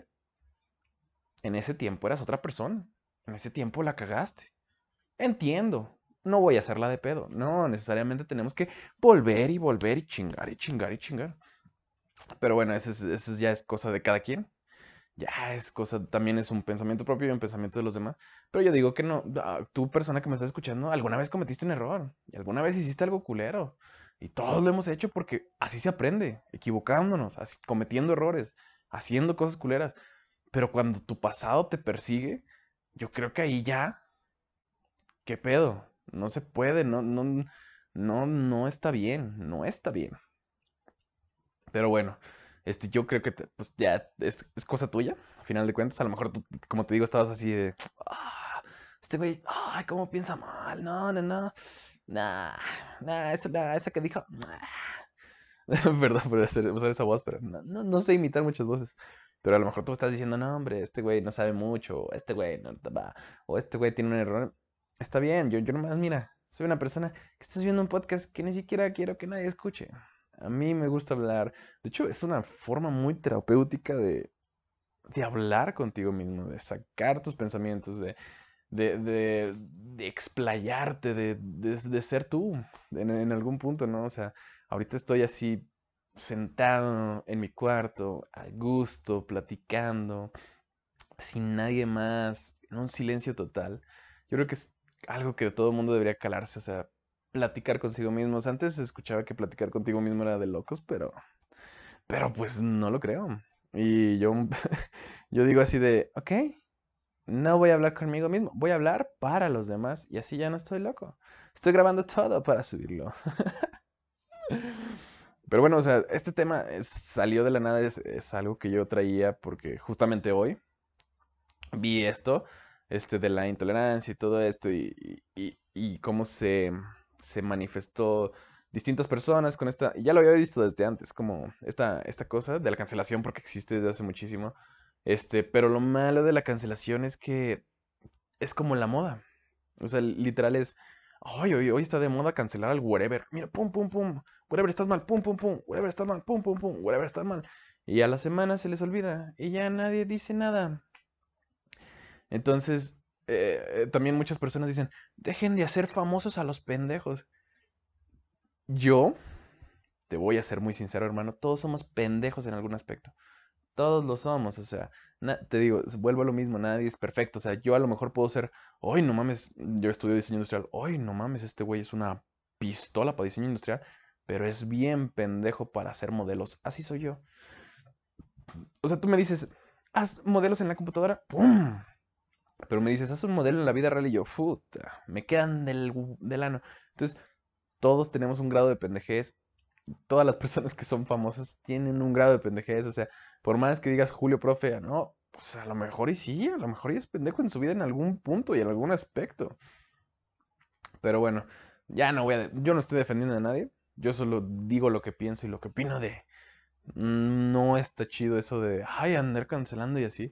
En ese tiempo eras otra persona. En ese tiempo la cagaste. Entiendo. No voy a hacerla de pedo. No, necesariamente tenemos que volver y volver y chingar y chingar y chingar. Pero bueno, eso, es, eso es- ya es cosa de cada quien. Ya es cosa, también es un pensamiento propio y un pensamiento de los demás. Pero yo digo que no, ah, tú persona que me estás escuchando, alguna vez cometiste un error y alguna vez hiciste algo culero. Y todos lo hemos hecho porque así se aprende, equivocándonos, así- cometiendo errores, haciendo cosas culeras. Pero cuando tu pasado te persigue, yo creo que ahí ya, ¿qué pedo? No se puede, no, no, no, no está bien, no está bien. Pero bueno, este, yo creo que te- pues ya es, es cosa tuya, a final de cuentas. A lo mejor tú, como te digo, estabas así de, "Ah, este güey, ay, cómo piensa mal, no, no, no, nah, nah, esa, nah, esa que dijo, nah". Perdón por hacer- usar esa voz, pero no, no, no sé imitar muchas voces. Pero a lo mejor tú estás diciendo, no, hombre, este güey no sabe mucho, o este güey no te va, o este güey tiene un error. Está bien, yo, yo nomás, mira, soy una persona que estás viendo un podcast que ni siquiera quiero que nadie escuche. A mí me gusta hablar. De hecho, es una forma muy terapéutica de, de hablar contigo mismo, de sacar tus pensamientos, de, de, de, de explayarte, de, de, de ser tú en, en algún punto, ¿no? O sea, ahorita estoy así sentado en mi cuarto, a gusto, platicando, sin nadie más, en un silencio total. Yo creo que es algo que todo el mundo debería calarse, o sea, platicar consigo mismos. Antes se escuchaba que platicar contigo mismo era de locos, pero, pero pues no lo creo. Y yo, yo digo así de, ok, no voy a hablar conmigo mismo, voy a hablar para los demás y así ya no estoy loco. Estoy grabando todo para subirlo. Pero bueno, o sea, este tema es- salió de la nada, es, es algo que yo traía porque justamente hoy vi esto, este, de la intolerancia y todo esto, y, y, y cómo se, se manifestó distintas personas con esta, y ya lo había visto desde antes, como esta, esta cosa de la cancelación, porque existe desde hace muchísimo, este, pero lo malo de la cancelación es que es como la moda, o sea, literal es, ay, hoy, hoy está de moda cancelar al wherever, mira, pum, pum, pum, wherever estás mal, pum, pum, pum, wherever estás mal, pum, pum, pum, wherever estás mal, y a la semana se les olvida y ya nadie dice nada. Entonces, eh, eh, también muchas personas dicen, dejen de hacer famosos a los pendejos. Yo, te voy a ser muy sincero, hermano, todos somos pendejos en algún aspecto. Todos lo somos, o sea, na- te digo, vuelvo a lo mismo, nadie es perfecto. O sea, yo a lo mejor puedo ser, hoy no mames, yo estudio diseño industrial, hoy no mames, este güey es una pistola para diseño industrial, pero es bien pendejo para hacer modelos. Así soy yo. O sea, tú me dices, haz modelos en la computadora, ¡pum! Pero me dices, haz un modelo en la vida real y yo, puta, me quedan del, gu- del ano. Entonces, todos tenemos un grado de pendejez. Todas las personas que son famosas tienen un grado de pendejez. O sea, por más que digas Julio Profe, no, pues a lo mejor y sí, a lo mejor y es pendejo en su vida en algún punto y en algún aspecto. Pero bueno, ya no voy a, yo no estoy defendiendo a nadie. Yo solo digo lo que pienso y lo que opino de, "Mm, no está chido eso de, ay, andar cancelando y así.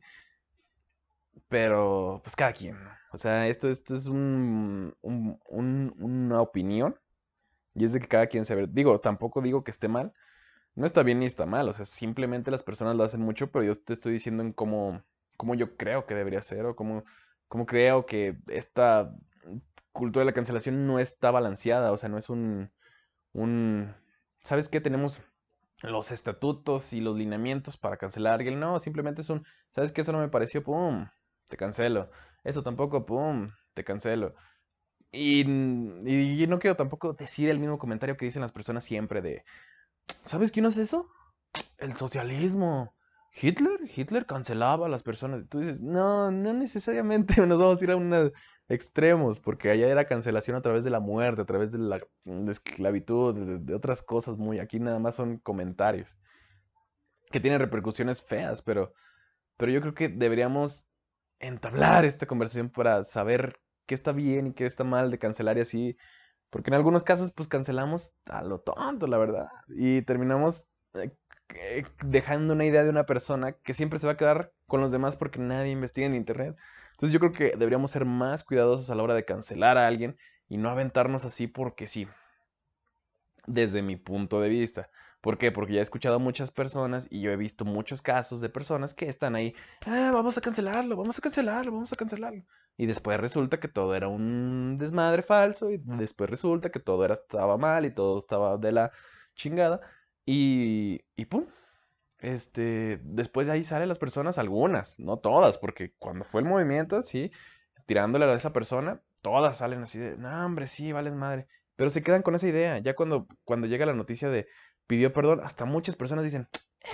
Pero, pues cada quien, ¿no? O sea, esto, esto es un, un- un- una opinión y es de que cada quien se ve. Digo, tampoco digo que esté mal. No está bien ni está mal. O sea, simplemente las personas lo hacen mucho, pero yo te estoy diciendo en cómo, cómo yo creo que debería ser o cómo, cómo creo que esta cultura de la cancelación no está balanceada. O sea, no es un, un, ¿sabes qué? Tenemos los estatutos y los lineamientos para cancelar a alguien. No, simplemente es un, ¿sabes qué? Eso no me pareció, pum, te cancelo. Eso tampoco, pum, te cancelo. Y, y yo no quiero tampoco decir el mismo comentario que dicen las personas siempre de, ¿sabes quién hace eso? El socialismo. Hitler, Hitler cancelaba a las personas. Tú dices, no, no necesariamente nos vamos a ir a unos extremos, porque allá era cancelación a través de la muerte, a través de la de esclavitud, de, de otras cosas muy. Aquí nada más son comentarios que tienen repercusiones feas, pero, pero yo creo que deberíamos entablar esta conversación para saber qué está bien y qué está mal de cancelar y así, porque en algunos casos pues cancelamos a lo tonto, la verdad, y terminamos eh, eh, dejando una idea de una persona que siempre se va a quedar con los demás porque nadie investiga en internet. Entonces yo creo que deberíamos ser más cuidadosos a la hora de cancelar a alguien y no aventarnos así porque sí, desde mi punto de vista. ¿Por qué? Porque ya he escuchado a muchas personas y yo he visto muchos casos de personas que están ahí, ah, vamos a cancelarlo, vamos a cancelarlo, vamos a cancelarlo. Y después resulta que todo era un desmadre falso y después resulta que todo era, estaba mal y todo estaba de la chingada. Y, y pum, este, después de ahí salen las personas, algunas, no todas, porque cuando fue el movimiento, sí, tirándole a esa persona, todas salen así de, no, hombre, sí, vales madre. Pero se quedan con esa idea. Ya cuando, cuando llega la noticia de pidió perdón, hasta muchas personas dicen,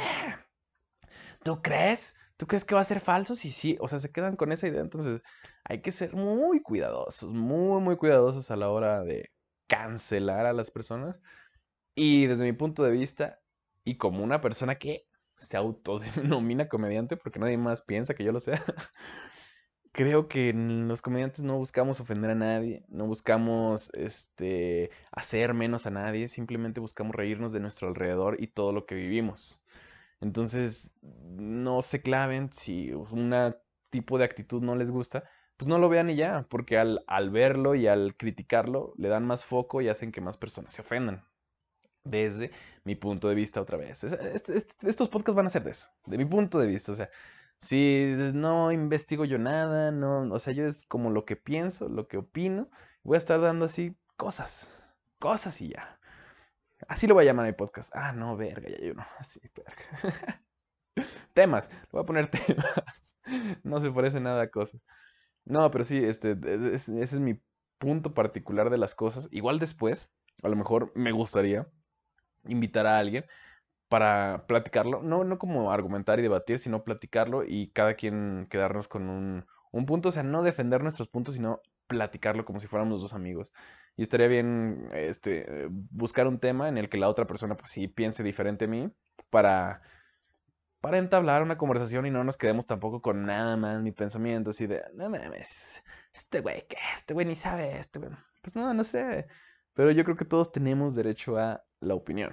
¿tú crees? ¿Tú crees que va a ser falso? Sí, sí, o sea, se quedan con esa idea. Entonces, hay que ser muy cuidadosos, muy, muy cuidadosos a la hora de cancelar a las personas. Y desde mi punto de vista, y como una persona que se autodenomina comediante, porque nadie más piensa que yo lo sea, creo que n- los comediantes no buscamos ofender a nadie, no buscamos este, hacer menos a nadie, simplemente buscamos reírnos de nuestro alrededor y todo lo que vivimos. Entonces, no se claven si un tipo de actitud no les gusta, pues no lo vean y ya, porque al, al verlo y al criticarlo le dan más foco y hacen que más personas se ofendan desde mi punto de vista otra vez. Es- este- este- estos podcasts van a ser de eso, de mi punto de vista. O sea, si no investigo yo nada, no, o sea, yo es como lo que pienso, lo que opino, voy a estar dando así cosas, cosas y ya. Así lo voy a llamar mi podcast. Ah, no, verga, ya yo no. Así, verga. Temas, le voy a poner temas. No se parece nada a cosas. No, pero sí, este, es- es- ese es mi punto particular de las cosas. Igual después, a lo mejor me gustaría invitar a alguien para platicarlo, no, no como argumentar y debatir, sino platicarlo y cada quien quedarnos con un, un punto, o sea, no defender nuestros puntos, sino platicarlo como si fuéramos dos amigos. Y estaría bien, este, eh, buscar un tema en el que la otra persona, pues sí, piense diferente a mí para, para entablar una conversación y no nos quedemos tampoco con nada más mi pensamiento, así de, no mames, este güey, ¿qué? Este güey ni sabe, este güey. Pues no, no sé. Pero yo creo que todos tenemos derecho a la opinión.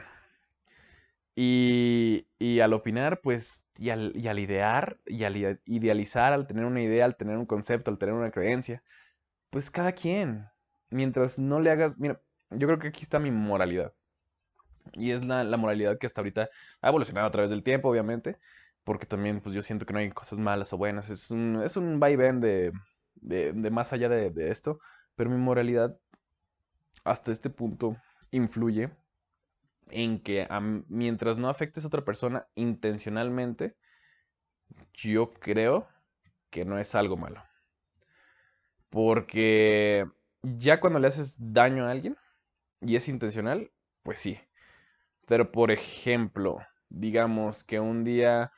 Y, y al opinar, pues, y al, y al idear, y al ide- idealizar, al tener una idea, al tener un concepto, al tener una creencia, pues cada quien, mientras no le hagas, mira, yo creo que aquí está mi moralidad. Y es la, la moralidad que hasta ahorita ha evolucionado a través del tiempo, obviamente, porque también pues yo siento que no hay cosas malas o buenas, es un, es un vaivén de, de, de más allá de, de esto, pero mi moralidad hasta este punto influye en que a m- mientras no afectes a otra persona intencionalmente, yo creo que no es algo malo. Porque ya cuando le haces daño a alguien y es intencional, pues sí. Pero por ejemplo, digamos que un día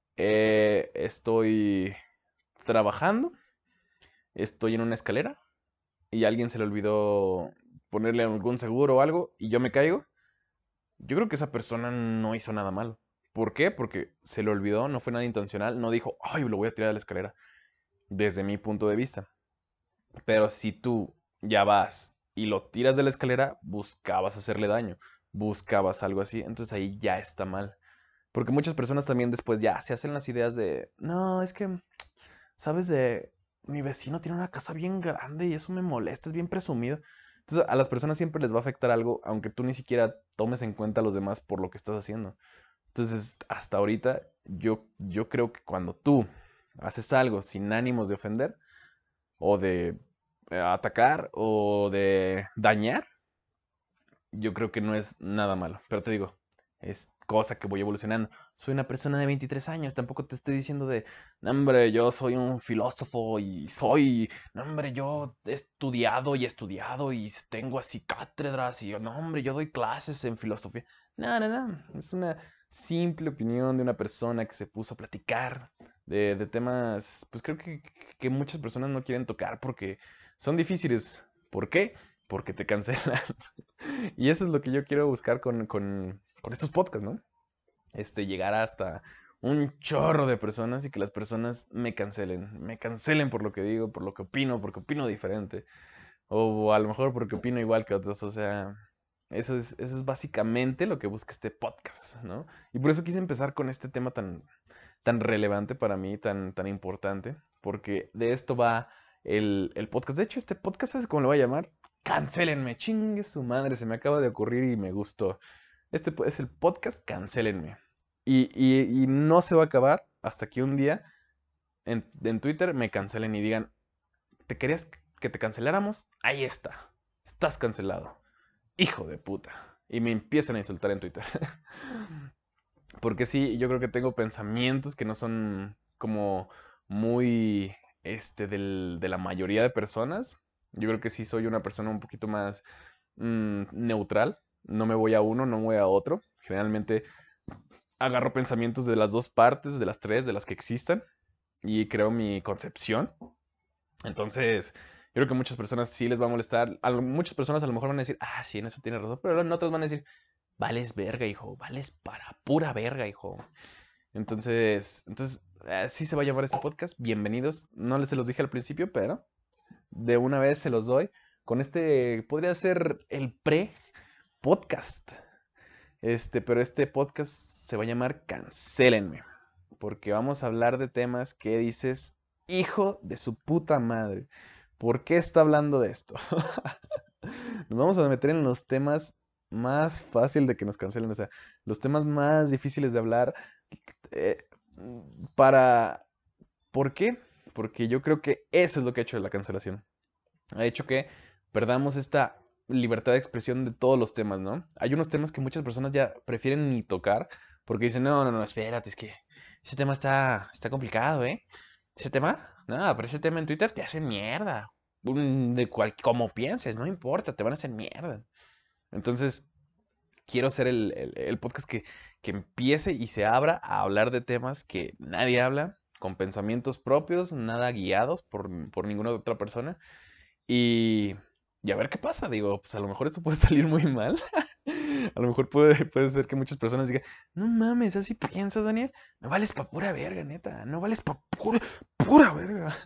eh, estoy trabajando, estoy en una escalera y a alguien se le olvidó ponerle algún seguro o algo y yo me caigo. Yo creo que esa persona no hizo nada malo. ¿Por qué? Porque se le olvidó, no fue nada intencional, no dijo, ay, lo voy a tirar de la escalera, desde mi punto de vista. Pero si tú ya vas y lo tiras de la escalera, buscabas hacerle daño, buscabas algo así, entonces ahí ya está mal. Porque muchas personas también después ya se hacen las ideas de, no, es que, ¿sabes? De, mi vecino tiene una casa bien grande y eso me molesta, es bien presumido. Entonces a las personas siempre les va a afectar algo, aunque tú ni siquiera tomes en cuenta a los demás por lo que estás haciendo. Entonces, hasta ahorita, yo, yo creo que cuando tú haces algo sin ánimos de ofender, o de eh, atacar, o de dañar, yo creo que no es nada malo. Pero te digo, es cosa que voy evolucionando. Soy una persona de veintitrés años, tampoco te estoy diciendo de, no, hombre, yo soy un filósofo y soy, no, hombre, yo he estudiado y estudiado y tengo así cátedras y, no, hombre, yo doy clases en filosofía. No, no, no, es una simple opinión de una persona que se puso a platicar de, de temas, pues creo que, que muchas personas no quieren tocar porque son difíciles. ¿Por qué? Porque te cancelan. Y eso es lo que yo quiero buscar con, con, con estos podcasts, ¿no? Este, llegar hasta un chorro de personas y que las personas me cancelen. Me cancelen por lo que digo, por lo que opino, porque opino diferente. O a lo mejor porque opino igual que otros. O sea, eso es, eso es básicamente lo que busca este podcast, ¿no? Y por eso quise empezar con este tema tan, tan relevante para mí, tan, tan importante. Porque de esto va el, el podcast. De hecho, este podcast, ¿sabes cómo lo voy a llamar? Cancélenme, chingue su madre, se me acaba de ocurrir y me gustó. Este po- es el podcast Cancélenme. Y, y- y no se va a acabar hasta que un día en, en Twitter me cancelen y digan, ¿te querías que te canceláramos? Ahí está, estás cancelado. Hijo de puta. Y me empiezan a insultar en Twitter. Porque sí, yo creo que tengo pensamientos que no son como muy, este, del- de la mayoría de personas. Yo creo que sí soy una persona un poquito más mm, neutral. No me voy a uno, no me voy a otro. Generalmente agarro pensamientos de las dos partes, de las tres, de las que existan, y creo mi concepción. Entonces, yo creo que a muchas personas sí les va a molestar. A lo- muchas personas a lo mejor van a decir, ah, sí, en eso tiene razón, pero en otras van a decir, vales verga, hijo, vales para pura verga, hijo. Entonces, entonces, así se va a llamar este podcast. Bienvenidos. No les se los dije al principio, pero de una vez se los doy. Con este podría ser el pre-podcast. Este, pero este podcast se va a llamar Cancélenme. Porque vamos a hablar de temas que dices, hijo de su puta madre. ¿Por qué está hablando de esto? Nos vamos a meter en los temas más fácil de que nos cancelen. O sea, los temas más difíciles de hablar. eh, para... ¿Por qué? Porque yo creo que eso es lo que ha hecho la cancelación. Ha hecho que perdamos esta libertad de expresión de todos los temas, ¿no? Hay unos temas que muchas personas ya prefieren ni tocar porque dicen, no, no, no, espérate, es que ese tema está, está complicado, ¿eh? Ese tema, no, pero ese tema en Twitter te hace mierda. Un- De cual, como pienses, no importa, te van a hacer mierda. Entonces, quiero ser el, el- el podcast que, que empiece y se abra a hablar de temas que nadie habla, con pensamientos propios, nada guiados por, por ninguna otra persona. Y, y a ver qué pasa, digo, pues a lo mejor esto puede salir muy mal. A lo mejor puede, puede ser que muchas personas digan, no mames, así piensas, Daniel. No vales pa' pura verga, neta. No vales pa' pura, pura verga.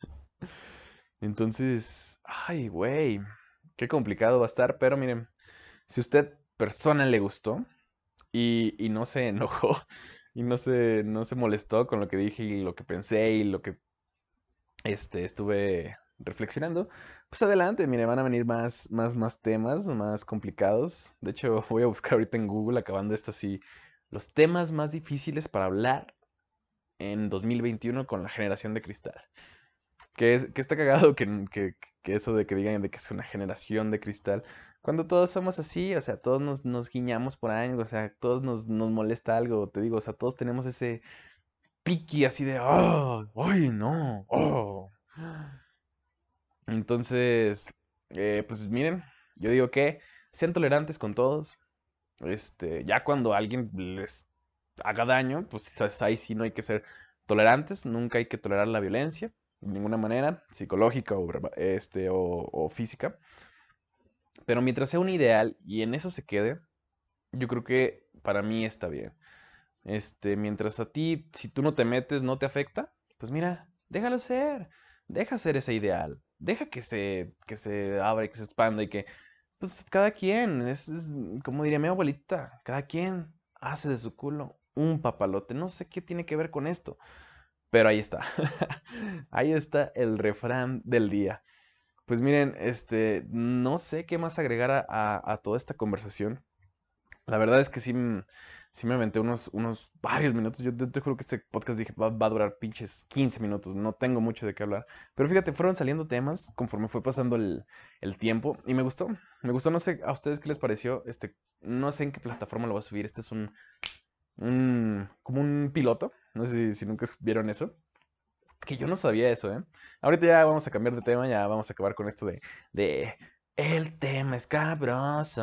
Entonces, ay, güey, qué complicado va a estar. Pero miren, si a usted persona le gustó y, y no se enojó y no se, no se molestó con lo que dije y lo que pensé y lo que este, estuve reflexionando, pues adelante, mire, van a venir más, más, más temas, más complicados. De hecho, voy a buscar ahorita en Google, acabando esto así, los temas más difíciles para hablar en dos mil veintiuno con la generación de cristal. Que, es- que está cagado que, que, que eso de que digan de que es una generación de cristal, cuando todos somos así, o sea, todos nos, nos guiñamos por algo, o sea, todos nos, nos molesta algo, te digo, o sea, todos tenemos ese piqui así de, oh, ¡ay, no! ¡Oh! Entonces, eh, pues miren, yo digo que sean tolerantes con todos. Este, ya cuando alguien les haga daño, pues es- ahí sí no hay que ser tolerantes, nunca hay que tolerar la violencia, de ninguna manera, psicológica o, verba- este, o, o física. Pero mientras sea un ideal y en eso se quede, yo creo que para mí está bien. Este, mientras a ti, si tú no te metes, no te afecta, pues mira, déjalo ser. Deja ser ese ideal. Deja que se, que se abra y que se expanda y que, pues cada quien, es, es como diría mi abuelita, cada quien hace de su culo un papalote. No sé qué tiene que ver con esto, pero ahí está. Ahí está el refrán del día. Pues miren, este, no sé qué más agregar a, a- a toda esta conversación. La verdad es que sí, m- sí me aventé unos, unos varios minutos. Yo te, te juro que este podcast dije va, va a durar pinches quince minutos. No tengo mucho de qué hablar. Pero fíjate, fueron saliendo temas conforme fue pasando el, el tiempo. Y me gustó. Me gustó, no sé a ustedes qué les pareció. Este, no sé en qué plataforma lo voy a subir. Este es un, un como un piloto. No sé si, si nunca vieron eso. Que yo no sabía eso, ¿eh? Ahorita ya vamos a cambiar de tema. Ya vamos a acabar con esto de, de el tema escabroso.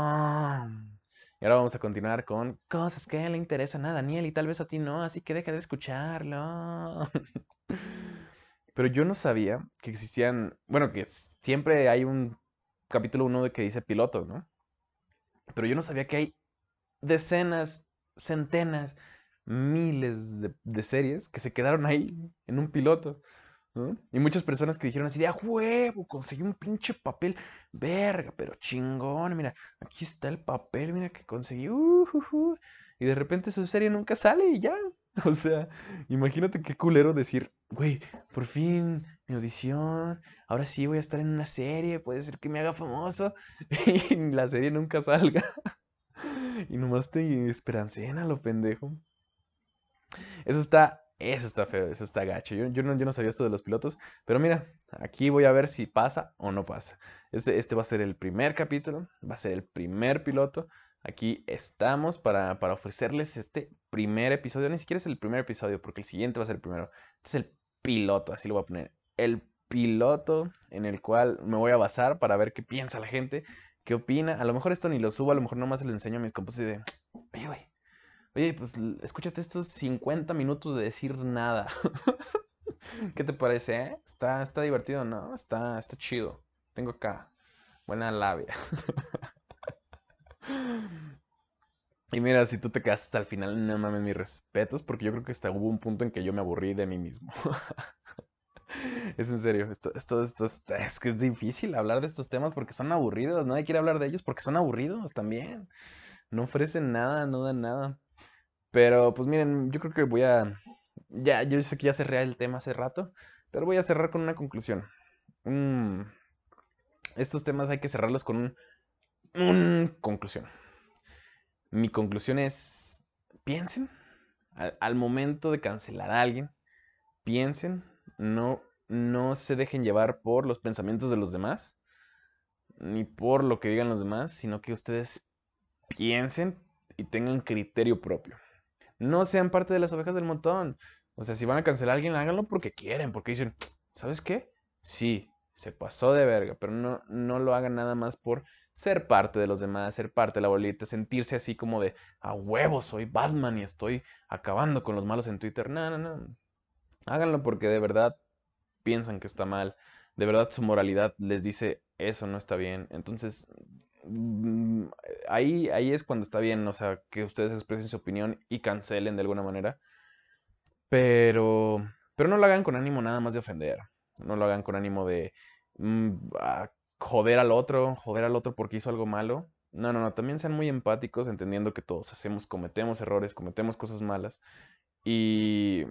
Y ahora vamos a continuar con cosas que le interesan a Daniel y tal vez a ti no, así que deja de escucharlo. Pero yo no sabía que existían, bueno, que s- siempre hay un capítulo uno de que dice piloto, ¿no? Pero yo no sabía que hay decenas, centenas, miles de, de series que se quedaron ahí en un piloto, ¿no? Y muchas personas que dijeron así de a huevo, conseguí un pinche papel, verga, pero chingón, mira, aquí está el papel, mira que conseguí, uh, uh, uh", y de repente su serie nunca sale y ya. O sea, imagínate qué culero decir, güey, por fin mi audición, ahora sí voy a estar en una serie, puede ser que me haga famoso y la serie nunca salga. Y nomás te esperancen a lo pendejo. Eso está, eso está feo, eso está gacho. Yo, yo no, yo no sabía esto de los pilotos, pero mira, aquí voy a ver si pasa o no pasa. Este, este va a ser el primer capítulo, va a ser el primer piloto. Aquí estamos para, para ofrecerles este primer episodio. Ni siquiera es el primer episodio, porque el siguiente va a ser el primero. Este es el piloto, así lo voy a poner. El piloto en el cual me voy a basar para ver qué piensa la gente, qué opina. A lo mejor esto ni lo subo, a lo mejor nomás se lo enseño a mis compas y de, oye, güey, oye, pues l- escúchate estos cincuenta minutos de decir nada. ¿Qué te parece, eh? Está, está divertido, ¿no? Está, está chido. Tengo acá buena labia. Y mira, si tú te quedaste hasta el final, no mames, mis respetos, porque yo creo que hasta hubo un punto en que yo me aburrí de mí mismo. Es en serio, esto, esto, esto es, es que es difícil hablar de estos temas porque son aburridos. Nadie quiere hablar de ellos porque son aburridos también. No ofrecen nada, no dan nada. Pero pues miren, yo creo que voy a... Ya, yo sé que ya cerré el tema hace rato, pero voy a cerrar con una conclusión. Mm, estos temas hay que cerrarlos con un, un conclusión. Mi conclusión es, piensen al, al momento de cancelar a alguien, piensen, no, no se dejen llevar por los pensamientos de los demás, ni por lo que digan los demás, sino que ustedes piensen y tengan criterio propio. No sean parte de las ovejas del montón. O sea, si van a cancelar a alguien, háganlo porque quieren, porque dicen, ¿sabes qué? Sí, se pasó de verga, pero no, no lo hagan nada más por ser parte de los demás, ser parte de la bolita, sentirse así como de, a huevo, soy Batman y estoy acabando con los malos en Twitter. No, no, no. Háganlo porque de verdad piensan que está mal, de verdad su moralidad les dice eso no está bien. Entonces, mm, ahí, ahí es cuando está bien, o sea, que ustedes expresen su opinión y cancelen de alguna manera, pero, pero no lo hagan con ánimo nada más de ofender, no lo hagan con ánimo de mm, a joder al otro, joder al otro porque hizo algo malo. No, no, no, también sean muy empáticos, entendiendo que todos hacemos, cometemos errores, cometemos cosas malas y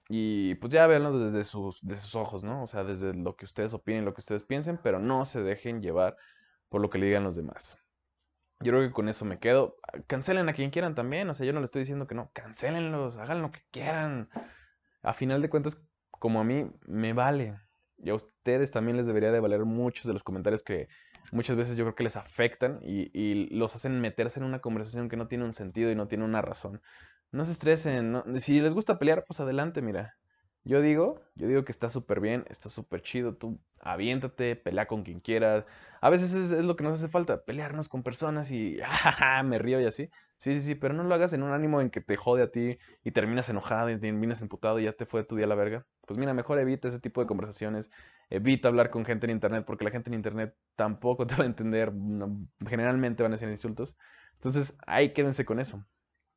Y pues ya véanlo desde sus, desde sus ojos, ¿no? O sea, desde lo que ustedes opinen, lo que ustedes piensen, pero no se dejen llevar por lo que le digan los demás. Yo creo que con eso me quedo. Cancelen a quien quieran también, o sea, yo no le estoy diciendo que no, cancélenlos, hagan lo que quieran. A final de cuentas, como a mí, me vale. Y a ustedes también les debería de valer muchos de los comentarios que muchas veces yo creo que les afectan y, y los hacen meterse en una conversación que no tiene un sentido y no tiene una razón. No se estresen, no- si les gusta pelear, pues adelante, mira. Yo digo, yo digo que está súper bien, está súper chido, tú aviéntate, pelea con quien quieras. A veces es, es lo que nos hace falta, pelearnos con personas y ah, me río y así. Sí, sí, sí, pero no lo hagas en un ánimo en que te jode a ti y terminas enojado y terminas emputado y ya te fue tu día a la verga. Pues mira, mejor evita ese tipo de conversaciones, evita hablar con gente en internet porque la gente en internet tampoco te va a entender, no- generalmente van a ser insultos. Entonces, ahí quédense con eso.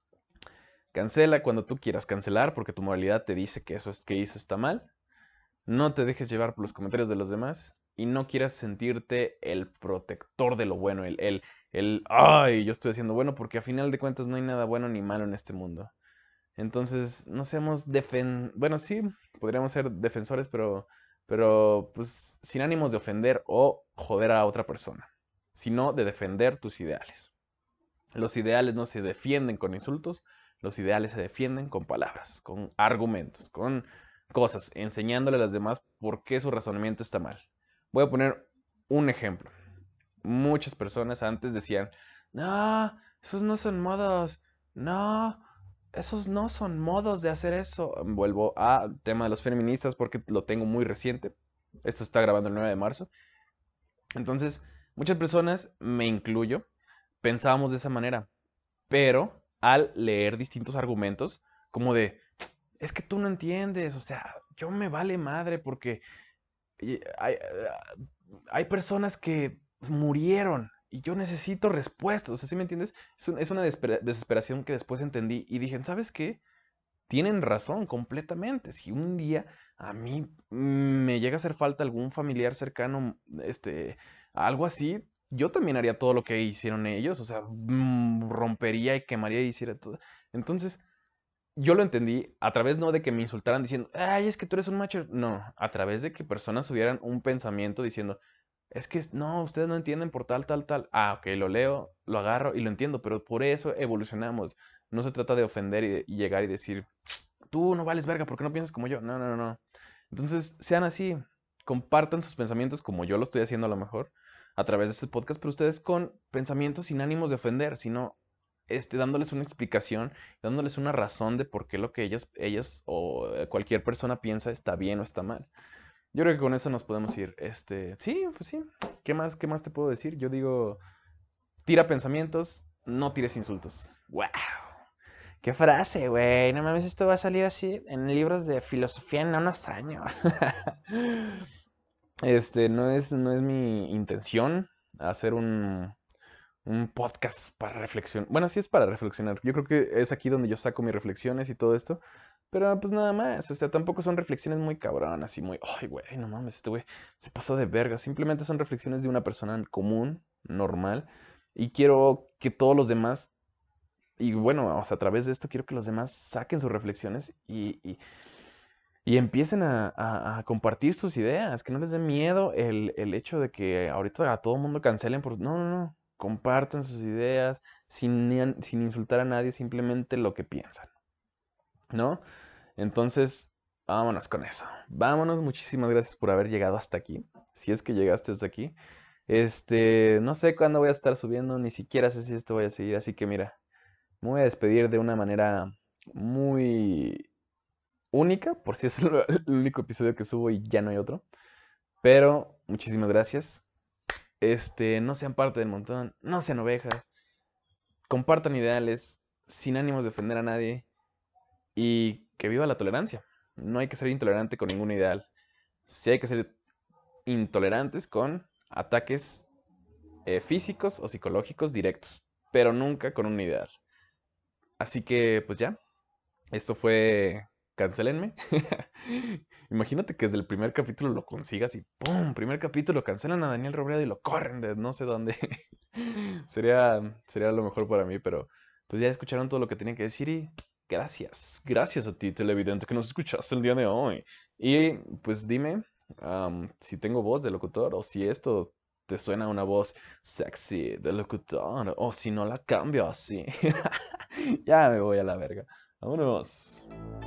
Cancela cuando tú quieras cancelar porque tu moralidad te dice que eso es que hizo está mal. No te dejes llevar por los comentarios de los demás y no quieras sentirte el protector de lo bueno, el, el, el, ay, yo estoy haciendo bueno porque a final de cuentas no hay nada bueno ni malo en este mundo. Entonces, no seamos defen... Bueno, sí, podríamos ser defensores, pero, pero pues sin ánimos de ofender o joder a otra persona, sino de defender tus ideales. Los ideales no se defienden con insultos, los ideales se defienden con palabras, con argumentos, con cosas, enseñándole a las demás por qué su razonamiento está mal. Voy a poner un ejemplo. Muchas personas antes decían, no, esos no son modos, no, esos no son modos de hacer eso. Vuelvo al tema de los feministas porque lo tengo muy reciente. Esto está grabando el nueve de marzo. Entonces, muchas personas, me incluyo, pensábamos de esa manera. Pero al leer distintos argumentos, como de, es que tú no entiendes, o sea, yo me vale madre porque y hay, hay personas que murieron y yo necesito respuestas, o sea, ¿sí me entiendes? Es, un- es una desespera- desesperación que después entendí y dije, ¿sabes qué? Tienen razón completamente. Si un día a mí me llega a hacer falta algún familiar cercano, este, algo así, yo también haría todo lo que hicieron ellos, o sea, mm, rompería y quemaría y hiciera todo. Entonces, yo lo entendí a través no de que me insultaran diciendo, ay, es que tú eres un macho. No, a través de que personas tuvieran un pensamiento diciendo, es que no, ustedes no entienden por tal, tal, tal. Ah, ok, lo leo, lo agarro y lo entiendo, pero por eso evolucionamos. No se trata de ofender y, de- y llegar y decir, tú no vales verga porque no piensas como yo. No, no, no, no. Entonces, sean así, compartan sus pensamientos como yo lo estoy haciendo a lo mejor a través de este podcast, pero ustedes con pensamientos sin ánimos de ofender, sino este, dándoles una explicación, dándoles una razón de por qué lo que ellos, ellas o eh, cualquier persona piensa está bien o está mal. Yo creo que con eso nos podemos ir. Este, sí, pues sí. ¿Qué más, qué más te puedo decir? Yo digo, tira pensamientos, no tires insultos. ¡Wow! ¡Qué frase, güey! No mames, esto va a salir así en libros de filosofía en unos años. Este, no es, no es mi intención hacer un, un podcast para reflexionar. Bueno, sí es para reflexionar. Yo creo que es aquí donde yo saco mis reflexiones y todo esto. Pero pues nada más. O sea, tampoco son reflexiones muy cabronas y muy, ay, güey, no mames, este güey se pasó de verga. Simplemente son reflexiones de una persona común, normal. Y quiero que todos los demás, y bueno, o sea, a través de esto quiero que los demás saquen sus reflexiones y, y- y empiecen a, a- a compartir sus ideas. Que no les dé miedo el, el hecho de que ahorita a todo el mundo cancelen por... No, no, no. Compartan sus ideas sin, ni- sin insultar a nadie, simplemente lo que piensan, ¿no? Entonces, vámonos con eso. Vámonos, muchísimas gracias por haber llegado hasta aquí. Si es que llegaste hasta aquí. Este, no sé cuándo voy a estar subiendo, ni siquiera sé si esto voy a seguir, así que mira, me voy a despedir de una manera muy única, por si es el, el único episodio que subo y ya no hay otro. Pero muchísimas gracias. Este, no sean parte del montón, no sean ovejas, compartan ideales sin ánimos de ofender a nadie y que viva la tolerancia. No hay que ser intolerante con ningún ideal. Sí hay que ser intolerantes con ataques eh, físicos o psicológicos directos, pero nunca con un ideal. Así que, pues ya, esto fue Cancelenme. Imagínate que desde el primer capítulo lo consigas y ¡pum! Primer capítulo, cancelan a Daniel Robredo y lo corren de no sé dónde. sería, sería lo mejor para mí, pero pues ya escucharon todo lo que tenía que decir y Gracias, gracias a ti, televidente, que nos escuchaste el día de hoy. Y pues dime am, si tengo voz de locutor o si esto te suena a una voz sexy de locutor o si no la cambio así. Ya me voy a la verga. Vámonos.